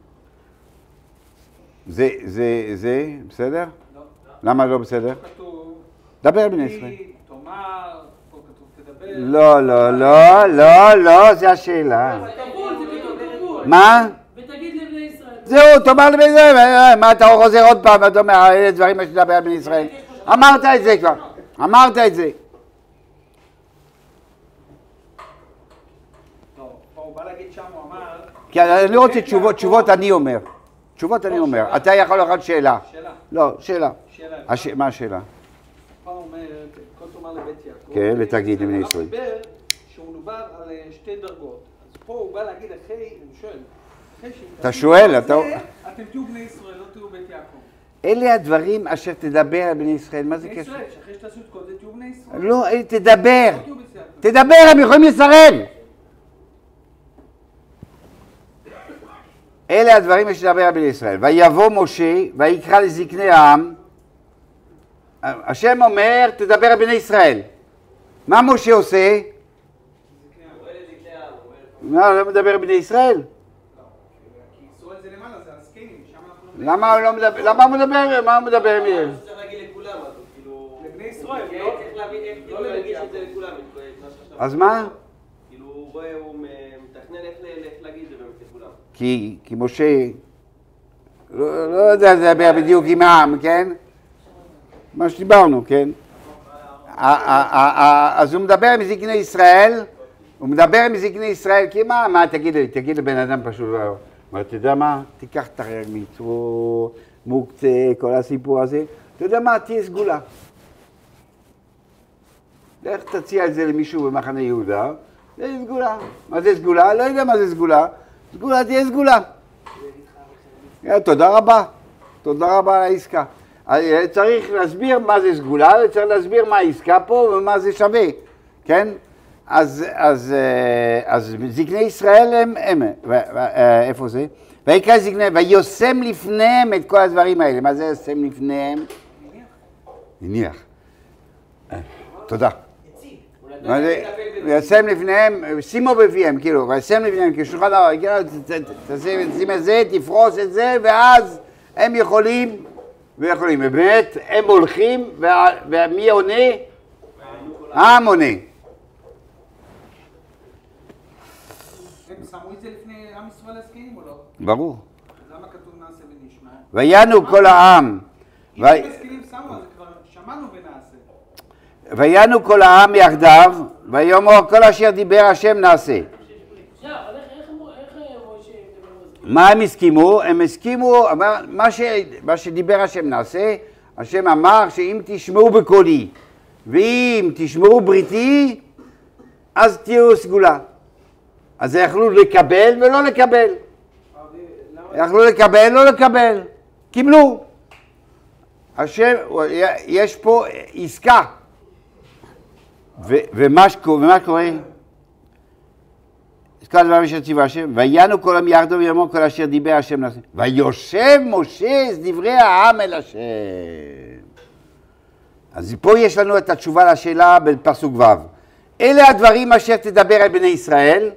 זה, זה, זה, בסדר? לא. למה לא בסדר? כתוב, דבר על בני ישראל. תאמר, פה כתוב תדבר. לא, לא, לא, לא, לא, זה השאלה. מה? ותגיד לבני ישראל. זהו, תאמר לבני ישראל, מה אתה חוזר עוד פעם, ואתה אומר, אלה דברים שתדבר על בני ישראל. אמרת את זה כבר, אמרת את זה. טוב, פה הוא בא להגיד שם, הוא אמר... כי אני לא רוצה תשובות, תשובות אני אומר. תשובות אני אומר. אתה יכול לך שאלה. שאלה. לא, שאלה. שאלה. מה השאלה? פה הוא אומר, כל תאמר לבית יעקב. כן, ותגיד לבני ישראל. הוא דיבר שהוא מדובר על שתי דרגות. אז פה הוא בא להגיד אחרי, אני שואל, אחרי שהוא... אתה שואל, אתה... אתם תהיו בני ישראל, לא תהיו בית יעקב. אלה הדברים אשר תדבר על בני ישראל, מה זה בני קשר? ישראל, שאחרי שתעשו את כל זה תהיו בני ישראל. לא, תדבר. לא תהיו בית יעקב. תדבר, הם יכולים לסרב. אלה הדברים שתדבר על בני ישראל. ויבוא משה ויקרא לזקני העם. השם אומר, תדבר על בני ישראל. מה משה עושה? מה, לא מדבר על בני ישראל? כי ישראל זה למעלה, זה הזקנים, שם אנחנו... למה הוא לא מדבר? למה הוא מדבר? מה הוא מדבר עם זה? צריך להגיד לכולם, אז כאילו... לבני ישראל, כן, לא? צריך להגיד איך כאילו להגיד את זה לכולם. את מה שעכשיו- אז מה? כאילו הוא רואה, הוא מתכנן איך ל- איך להגיד את זה באמת לכולם. כי, כי משה לא, לא יודע לדבר בדיוק עם העם, כן? מה שדיברנו, כן? ה- ה- ה- ה- אז הוא מדבר עם זקני ישראל, הוא מדבר עם זקני ישראל, כי מה, מה, תגיד לי, תגיד לבן אדם פשוט, מה, אתה יודע מה? תיקח את המצוות, מוקצה, כל הסיפור הזה, אתה יודע מה, תהיה סגולה. לך תציע את זה למישהו במחנה יהודה, זה סגולה. מה זה סגולה? לא יודע מה זה סגולה. סגולה תהיה סגולה. תודה רבה. תודה רבה על העסקה. צריך להסביר מה זה סגולה, וצריך להסביר מה העסקה פה ומה זה שווה, כן? אז, אז, אז זקני ישראל הם, הם, איפה זה? ויקרא זקני, ויושם לפניהם את כל הדברים האלה. מה זה יושם לפניהם? הניח. תודה. מה זה? ויושם לפניהם, שימו בפיהם, כאילו, ויושם לפניהם, כשולחן ארוך, תשים את זה, תפרוס את זה, ואז הם יכולים, ויכולים. ובאמת, הם הולכים, ומי עונה? העם עונה. הם שמו את זה לפני עם ישראל הזקנים או לא? ברור. למה כתוב נעשה ונשמע? וינו כל העם. אם הם הזקנים שמו, אז כבר שמענו ונעשה. וינו כל העם יחדיו, ויאמר כל אשר דיבר השם נעשה. מה הם הסכימו? הם הסכימו, מה, ש, מה שדיבר השם נעשה, השם אמר שאם תשמעו בקולי, ואם תשמעו בריתי, אז תהיו סגולה. אז יכלו לקבל ולא לקבל. יכלו לקבל, לא לקבל. קיבלו. השם, יש פה עסקה. ו, ומה, ומה קורה? עסקה דבר אשר ציווה השם, וינו כל העם יחדיו ויאמר כל אשר דיבר השם נעשה. ויושב משה את דברי העם אל השם. אז פה יש לנו את התשובה לשאלה בפסוק ו'. אלה הדברים אשר תדבר על בני ישראל,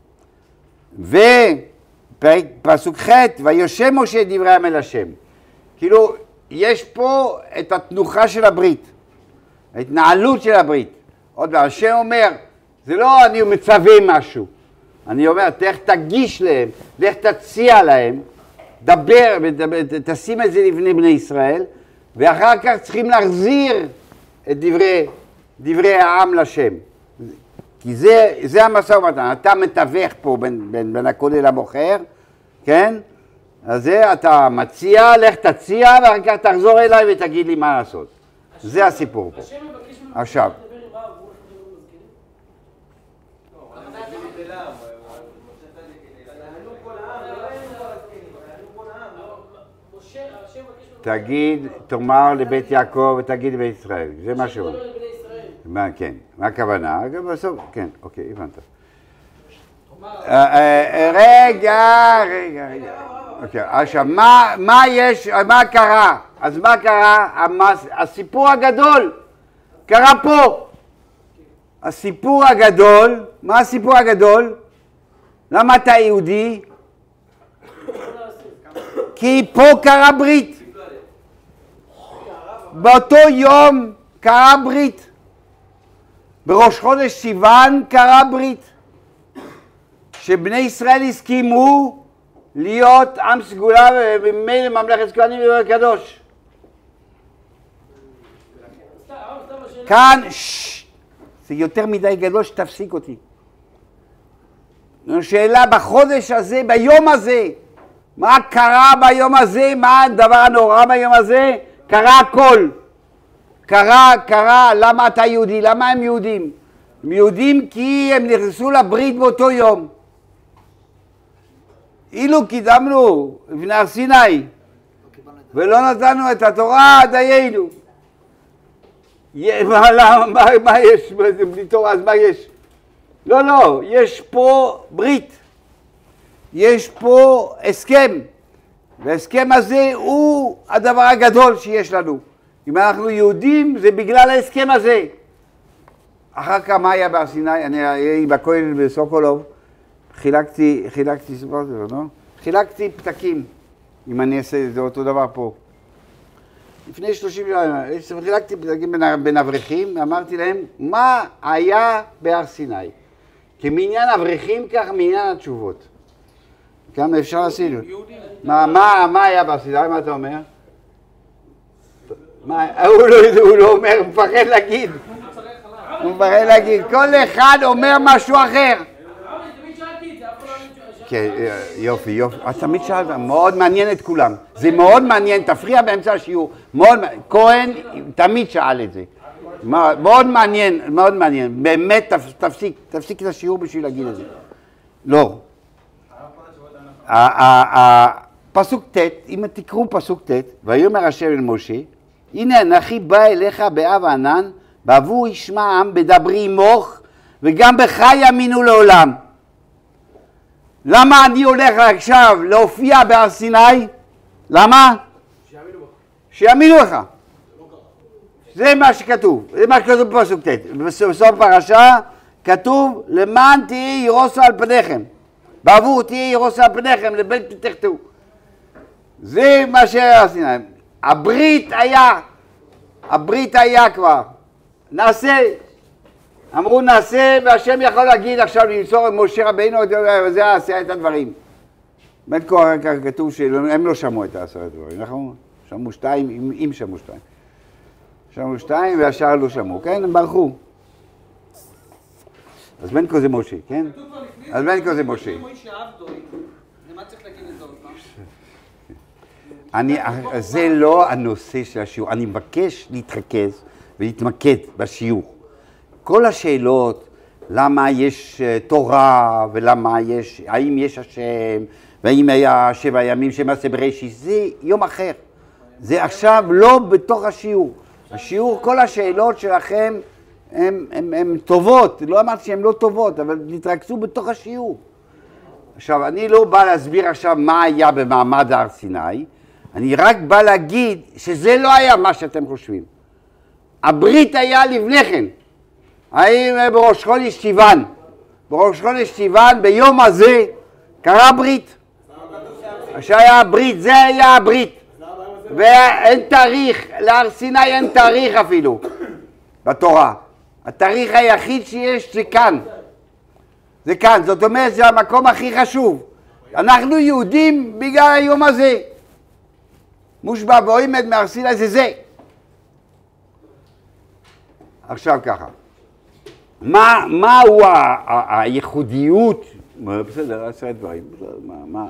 ופסוק ח' ויושב משה את דברי העם אל השם. כאילו, יש פה את התנוחה של הברית, ההתנהלות של הברית. עוד פעם, השם אומר, זה לא אני מצווה משהו. אני אומר, תלך תגיש להם, תלך תציע להם, דבר, תשים את זה לפני בני ישראל, ואחר כך צריכים להחזיר את דברי, דברי העם לשם. כי זה, זה המשא ומתן, אתה מתווך פה בין, בין, בין הקונה למוכר, כן? אז זה אתה מציע, לך תציע, ואחר כך תחזור אליי ותגיד לי מה לעשות. זה הסיפור פה. עכשיו. תגיד, תאמר לבית יעקב ותגיד לבית ישראל, זה מה שהוא. מה, כן, מה הכוונה? בסוף, כן, אוקיי, הבנת. רגע, רגע, רגע. אוקיי, עכשיו, מה יש, מה קרה? אז מה קרה? הסיפור הגדול קרה פה. הסיפור הגדול, מה הסיפור הגדול? למה אתה יהודי? כי פה קרה ברית. באותו יום קרה ברית. בראש חודש סיוון קרה ברית. שבני ישראל הסכימו להיות עם סגולה וממילא ממלכת כהנים וקדוש. כאן, ששש, זה יותר מדי גדול שתפסיק אותי. שאלה בחודש הזה, ביום הזה, מה קרה ביום הזה, מה הדבר הנורא ביום הזה? קרה הכל. קרה, קרה, למה אתה יהודי? למה הם יהודים? הם יהודים כי הם נכנסו לברית באותו יום. אילו קידמנו לפני הר סיני ולא נתנו את התורה, דיינו. מה, מה, מה יש? בלי תורה, אז מה יש? לא, לא, יש פה ברית. יש פה הסכם. וההסכם הזה הוא הדבר הגדול שיש לנו. אם אנחנו יהודים, זה בגלל ההסכם הזה. אחר כך מה היה בהר סיני? אני הייתי בכולל בסוקולוב, חילקתי, חילקתי, לא? חילקתי פתקים, אם אני אעשה את זה אותו דבר פה. לפני שלושים שנה, חילקתי פתקים בין אברכים, ואמרתי להם, מה היה בהר סיני? כמניין אברכים, כך מניין התשובות. כמה אפשר לעשות? מה, מה, מה היה בהר סיני? מה אתה אומר? מה, הוא לא, הוא לא אומר, הוא מפחד להגיד. הוא מפחד להגיד. כל אחד אומר משהו אחר. כן, יופי, יופי. אז תמיד שאלת, מאוד מעניין את כולם. זה מאוד מעניין, תפריע באמצע השיעור. מאוד מעניין. כהן תמיד שאל את זה. מאוד מעניין, מאוד מעניין. באמת, תפסיק, תפסיק את השיעור בשביל להגיד את זה. לא. פסוק ט', אם תקראו פסוק ט', ויאמר השם אל משה, הנה אנכי בא אליך באב הענן, בעבור ישמע העם בדברי עמוך, וגם בך יאמינו לעולם. למה אני הולך עכשיו להופיע בהר סיני? למה? שיאמינו בך. שיאמינו לך. זה מה שכתוב, זה מה שכתוב בפסוק ט'. בסוף הפרשה כתוב, למען תהי ירוסה על פניכם. בעבור תהי ירוסה על פניכם, לבית תחתו. זה מה שעשינו. הברית היה, הברית היה כבר. נעשה, אמרו נעשה, והשם יכול להגיד עכשיו למסור את משה רבינו, וזה עשה את הדברים. בין כה כתוב שהם לא שמעו את העשרת הדברים, נכון? שמעו שתיים, אם שמעו שתיים. שמעו שתיים והשאר לא שמעו, כן? הם ברחו. אז בין כה זה משה, כן? אז בין כה זה משה. אני, זה לא הנושא של השיעור, אני מבקש להתרכז ולהתמקד בשיעור. כל השאלות, למה יש תורה ולמה יש, האם יש השם, והאם היה שבע ימים שמעשה בראשית, זה יום אחר. זה עכשיו לא בתוך השיעור. השיעור, כל השאלות שלכם הן טובות, לא אמרתי שהן לא טובות, אבל תתרכזו בתוך השיעור. עכשיו, אני לא בא להסביר עכשיו מה היה במעמד הר סיני, אני רק בא להגיד שזה לא היה מה שאתם חושבים. הברית היה לפניכם. האם בראש חודש סיוון, בראש חודש סיוון, ביום הזה, קרה ברית. שהיה הברית, זה היה הברית. ואין תאריך, להר סיני אין תאריך אפילו, בתורה. התאריך היחיד שיש זה כאן. זה כאן, זאת אומרת, זה המקום הכי חשוב. אנחנו יהודים בגלל היום הזה. מושבע ועומד מהר סיני זה זה. עכשיו ככה. מה, מהו הייחודיות? בסדר, עשרה דברים. מה, מה?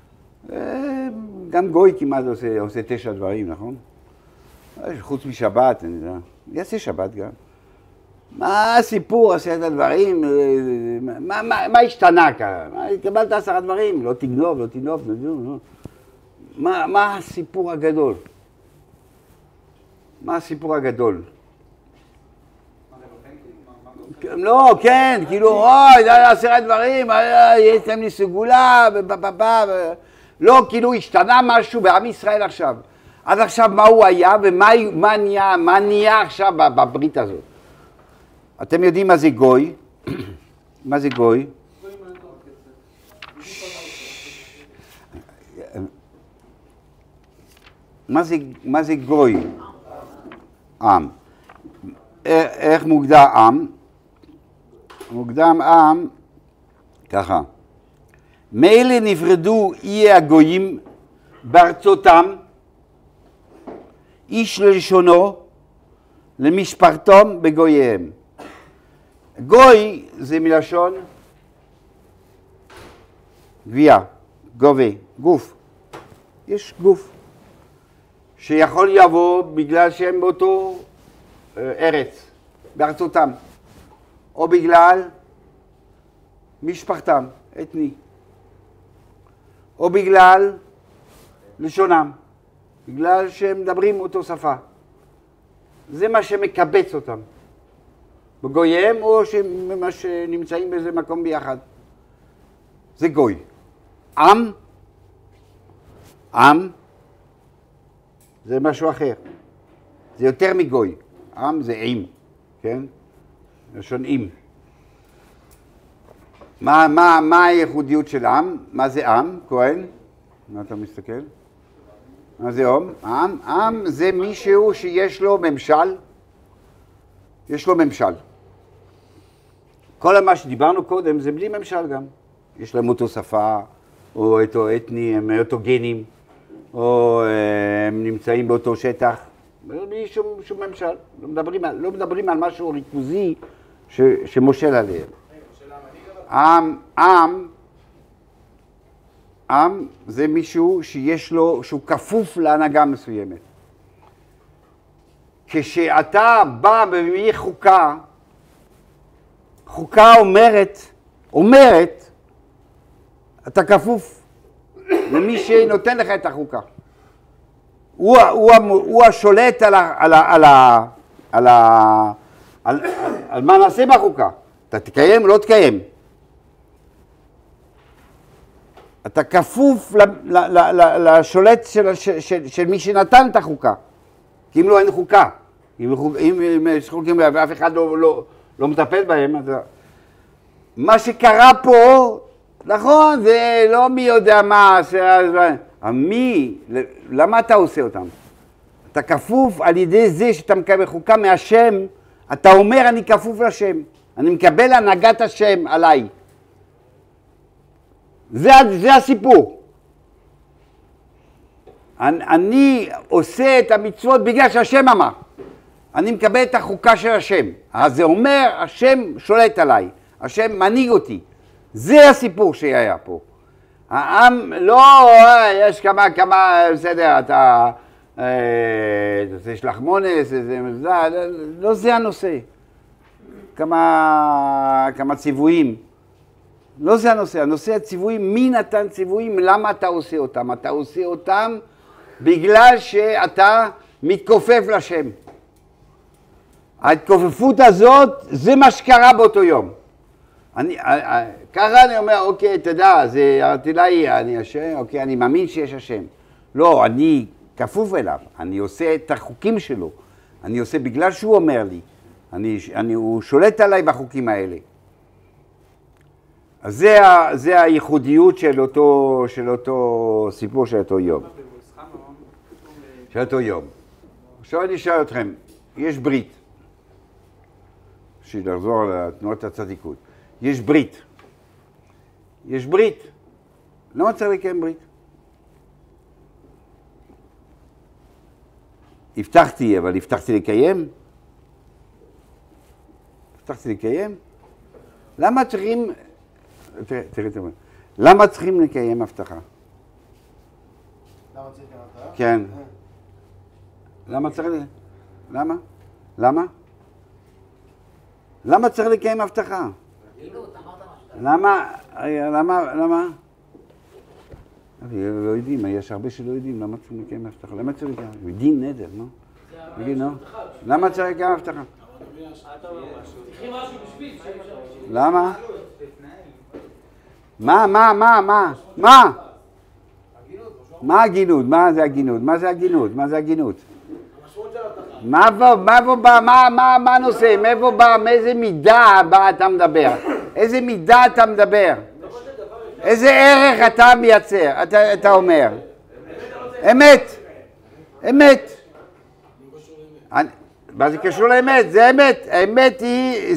גם גוי כמעט עושה, עושה תשע דברים, נכון? חוץ משבת, אני יודע. יעשה שבת גם. מה הסיפור, עשה את הדברים? מה, מה, מה השתנה כאן? קבלת עשרה דברים, לא תגנוב, לא תגנוב, לא. מה, מה הסיפור הגדול? מה הסיפור הגדול? לא, כן, כאילו, אוי, זה היה עשרה דברים, יש להם לי סגולה, ובבבא, לא, כאילו, השתנה משהו בעם ישראל עכשיו. עד עכשיו מה הוא היה ומה נהיה, מה נהיה עכשיו בברית הזאת. אתם יודעים מה זה גוי? מה זה גוי? מה זה, מה זה גוי? עם. איך מוגדר עם? מוקדם עם, ככה, מאלה נפרדו איי הגויים בארצותם, איש ללשונו, למשפחתם בגוייהם. גוי זה מלשון גבייה, גובה, גוף. יש גוף שיכול לבוא בגלל שהם באותו ארץ, בארצותם. או בגלל משפחתם, אתני, או בגלל לשונם, בגלל שהם מדברים אותו שפה. זה מה שמקבץ אותם. בגוייהם או מה שנמצאים באיזה מקום ביחד. זה גוי. עם, עם, זה משהו אחר. זה יותר מגוי. עם זה עם, כן? לשון עם. מה, מה, מה הייחודיות של עם? מה זה עם? כהן? מה אתה מסתכל? מה זה עם? עם? עם זה מישהו שיש לו ממשל. יש לו ממשל. כל מה שדיברנו קודם זה בלי ממשל גם. יש להם אותו שפה, או אותו אתני, הם אותו גנים, או הם נמצאים באותו שטח. בלי שום, שום ממשל. לא מדברים, לא מדברים על משהו ריכוזי ש, שמושל עליהם. עם, עם, עם זה מישהו שיש לו, שהוא כפוף להנהגה מסוימת. כשאתה בא ומביא חוקה, חוקה אומרת, אומרת, אתה כפוף למי שנותן לך את החוקה. הוא, הוא, הוא השולט על, ה, על, ה, על, ה, על, ה, על, על מה נעשה בחוקה. אתה תקיים או לא תקיים. אתה כפוף ל, ל, ל, ל, לשולט של, של, של, של מי שנתן את החוקה. כי אם לא אין חוקה, אם, אם יש חוקים ואף אחד לא, לא, לא מטפל בהם, אז... מה שקרה פה, נכון, זה לא מי יודע מה, מי, למה אתה עושה אותם? אתה כפוף על ידי זה שאתה מקבל חוקה מהשם, אתה אומר אני כפוף לשם, אני מקבל הנהגת השם עליי. זה, זה הסיפור. אני, אני עושה את המצוות בגלל שהשם אמר. אני מקבל את החוקה של השם. אז זה אומר, השם שולט עליי. השם מנהיג אותי. זה הסיפור שהיה פה. העם, לא, יש כמה, כמה, בסדר, אתה, אתה עושה שלחמונס, זה, זה, לא זה הנושא. כמה, כמה ציוויים. לא זה הנושא. הנושא הציוויים, מי נתן ציוויים, למה אתה עושה אותם? אתה עושה אותם בגלל שאתה מתכופף לשם. ההתכופפות הזאת, זה מה שקרה באותו יום. אני, ככה אני אומר, אוקיי, תדע, זה ארטילאי, אני השם, אוקיי, אני מאמין שיש השם. לא, אני כפוף אליו, אני עושה את החוקים שלו, אני עושה בגלל שהוא אומר לי, אני, אני, הוא שולט עליי בחוקים האלה. אז זה, זה הייחודיות של אותו, של אותו סיפור של אותו יום. של אותו יום. עכשיו אני אשאל אתכם, יש ברית, בשביל לחזור לתנועת הצדיקות. יש ברית. יש ברית. למה צריך לקיים ברית? הבטחתי, אבל הבטחתי לקיים? הבטחתי לקיים? למה צריכים... תראה, תראה, תראה. למה צריכים לקיים הבטחה? למה צריך לקיים הבטחה? כן. למה צריך... למה? למה? למה צריך לקיים הבטחה? למה? למה? למה? לא יודעים, יש הרבה שלא יודעים למה צריכים לקיים הבטחה. למה צריך לקיים? דין נדר, נו? תגיד, נו? למה צריך לקיים הבטחה? למה? מה, מה, מה, מה? מה? מה הגינות? מה זה הגינות? מה זה הגינות? מה זה הגינות? מה בא, מה בא, מה, מה, מה הנושא? מאיפה בא, מאיזה מידה בא אתה מדבר? איזה מידה אתה מדבר? איזה ערך אתה מייצר? אתה, אתה אומר? אמת. אמת. מה זה קשור לאמת? זה אמת. האמת היא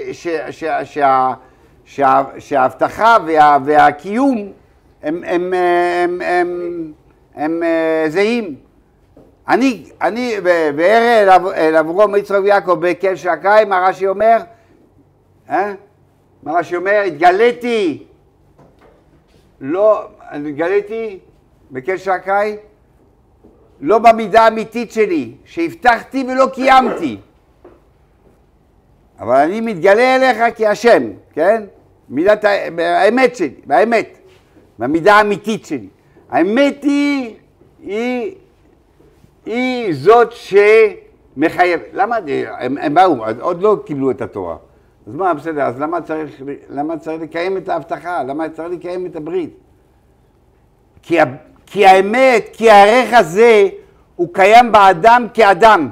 שההבטחה והקיום הם זהים. אני, אני, בערב אל אברום, יצחק ויעקב בקל שעקי, מה רש"י אומר? אה? מה רש"י אומר? התגליתי, לא, התגליתי בקל שעקי, לא במידה האמיתית שלי, שהבטחתי ולא קיימתי. אבל אני מתגלה אליך כהשם, כן? מידת האמת שלי, באמת, במידה האמיתית שלי. האמת היא, היא, היא זאת שמחייב. למה? הם, הם באו, עוד לא קיבלו את התורה. אז מה, בסדר, אז למה צריך, למה צריך לקיים את ההבטחה? למה צריך לקיים את הברית? כי, כי האמת, כי הערך הזה הוא קיים באדם כאדם.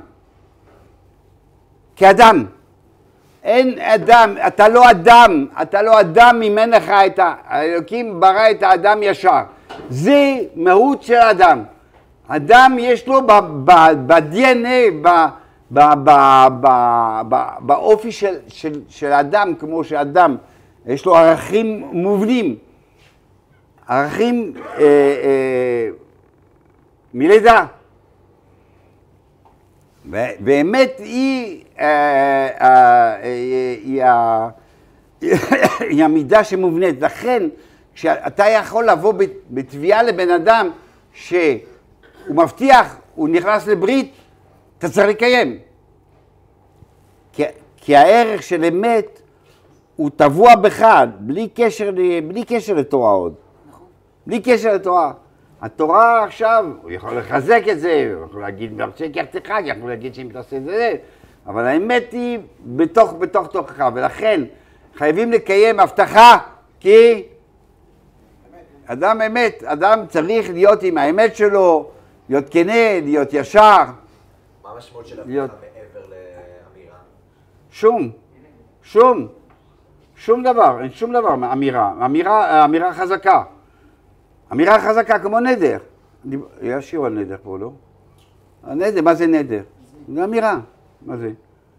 כאדם. אין אדם, אתה לא אדם, אתה לא אדם אם אין לך את ה... האלוקים ברא את האדם ישר. זה מהות של האדם. אדם יש לו ב-די אן איי, באופי של האדם, כמו שאדם, יש לו ערכים מובנים. ערכים אה, אה, מלידה. באמת היא, אה, אה, היא, אה, היא המידה שמובנית. לכן, כשאתה יכול לבוא בתביעה לבן אדם שהוא מבטיח, הוא נכנס לברית, אתה צריך לקיים. כי, כי הערך של אמת הוא טבוע בך, בלי קשר, בלי קשר לתורה עוד. בלי קשר לתורה. התורה עכשיו, הוא יכול לחזק את זה, הוא יכול להגיד מרצה קרתך, יכול להגיד שאם תעשה את זה, אבל האמת היא בתוך, בתוך תוכך, ולכן חייבים לקיים הבטחה, כי אדם אמת, אדם צריך להיות עם האמת שלו, להיות כנה, להיות ישר. מה המשמעות של הבטחה להיות... מעבר לאמירה? שום, שום, שום דבר, אין שום דבר מאמירה, אמירה, אמירה חזקה. אמירה חזקה כמו נדר. יש שיעור על נדר פה, לא? הנדר, מה זה נדר? זה אמירה. מה זה?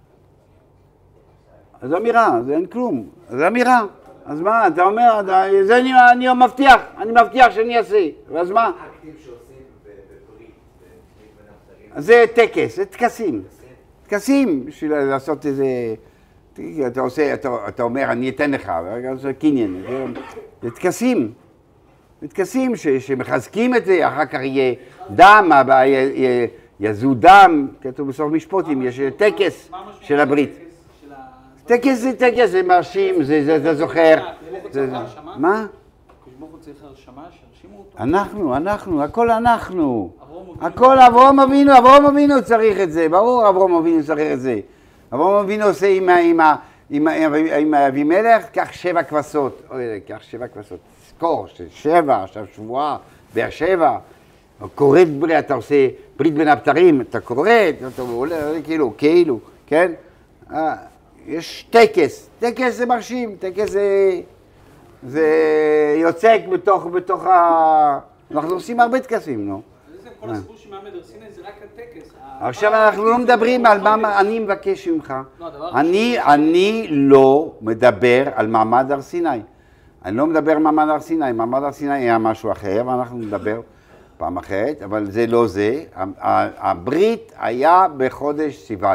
זה אמירה, זה אין כלום. זה אמירה. אז מה, אתה אומר, זה אני, אני מבטיח, אני מבטיח שאני אעשה. ואז מה? אקטים שעושים בברית, בברית בין זה טקס, זה טקסים. טקסים בשביל לעשות איזה... אתה עושה, אתה, אתה אומר, אני אתן לך, זה קניין. זה טקסים. טקסים שמחזקים את זה, אחר כך יהיה דם, יזו דם, כתוב בסוף משפוטים, יש טקס של הברית. טקס זה טקס, זה מרשים, זה זוכר. מה? ברוך הוא צריך הרשמה, שהרשימו אותו. אנחנו, אנחנו, הכל אנחנו. הכל אברהם אבינו, אברהם אבינו צריך את זה, ברור אברהם אבינו צריך את זה. אברהם אבינו עושה עם אבימלך, כך שבע כבשות, אוי, כך שבע כבשות. זכור, שבע, עכשיו שבועה, באר שבע, כורת ברית, אתה עושה ברית בין הבתרים, אתה כורת, אתה עולה, כאילו, כאילו, כן? יש טקס, טקס זה מרשים, טקס זה, זה יוצק בתוך, בתוך ה... אנחנו עושים הרבה טקסים, נו. זה כל הסיפור שמעמד הר סיני זה רק הטקס. עכשיו אנחנו לא מדברים על מה, אני מבקש ממך, אני, אני לא מדבר על מעמד הר סיני. אני לא מדבר על מעמד הר סיני, מעמד הר סיני היה משהו אחר, ואנחנו נדבר פעם אחרת, אבל זה לא זה. הברית היה בחודש סיוון.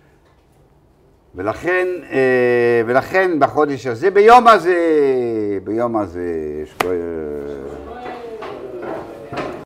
ולכן, ולכן בחודש הזה, ביום הזה, ביום הזה,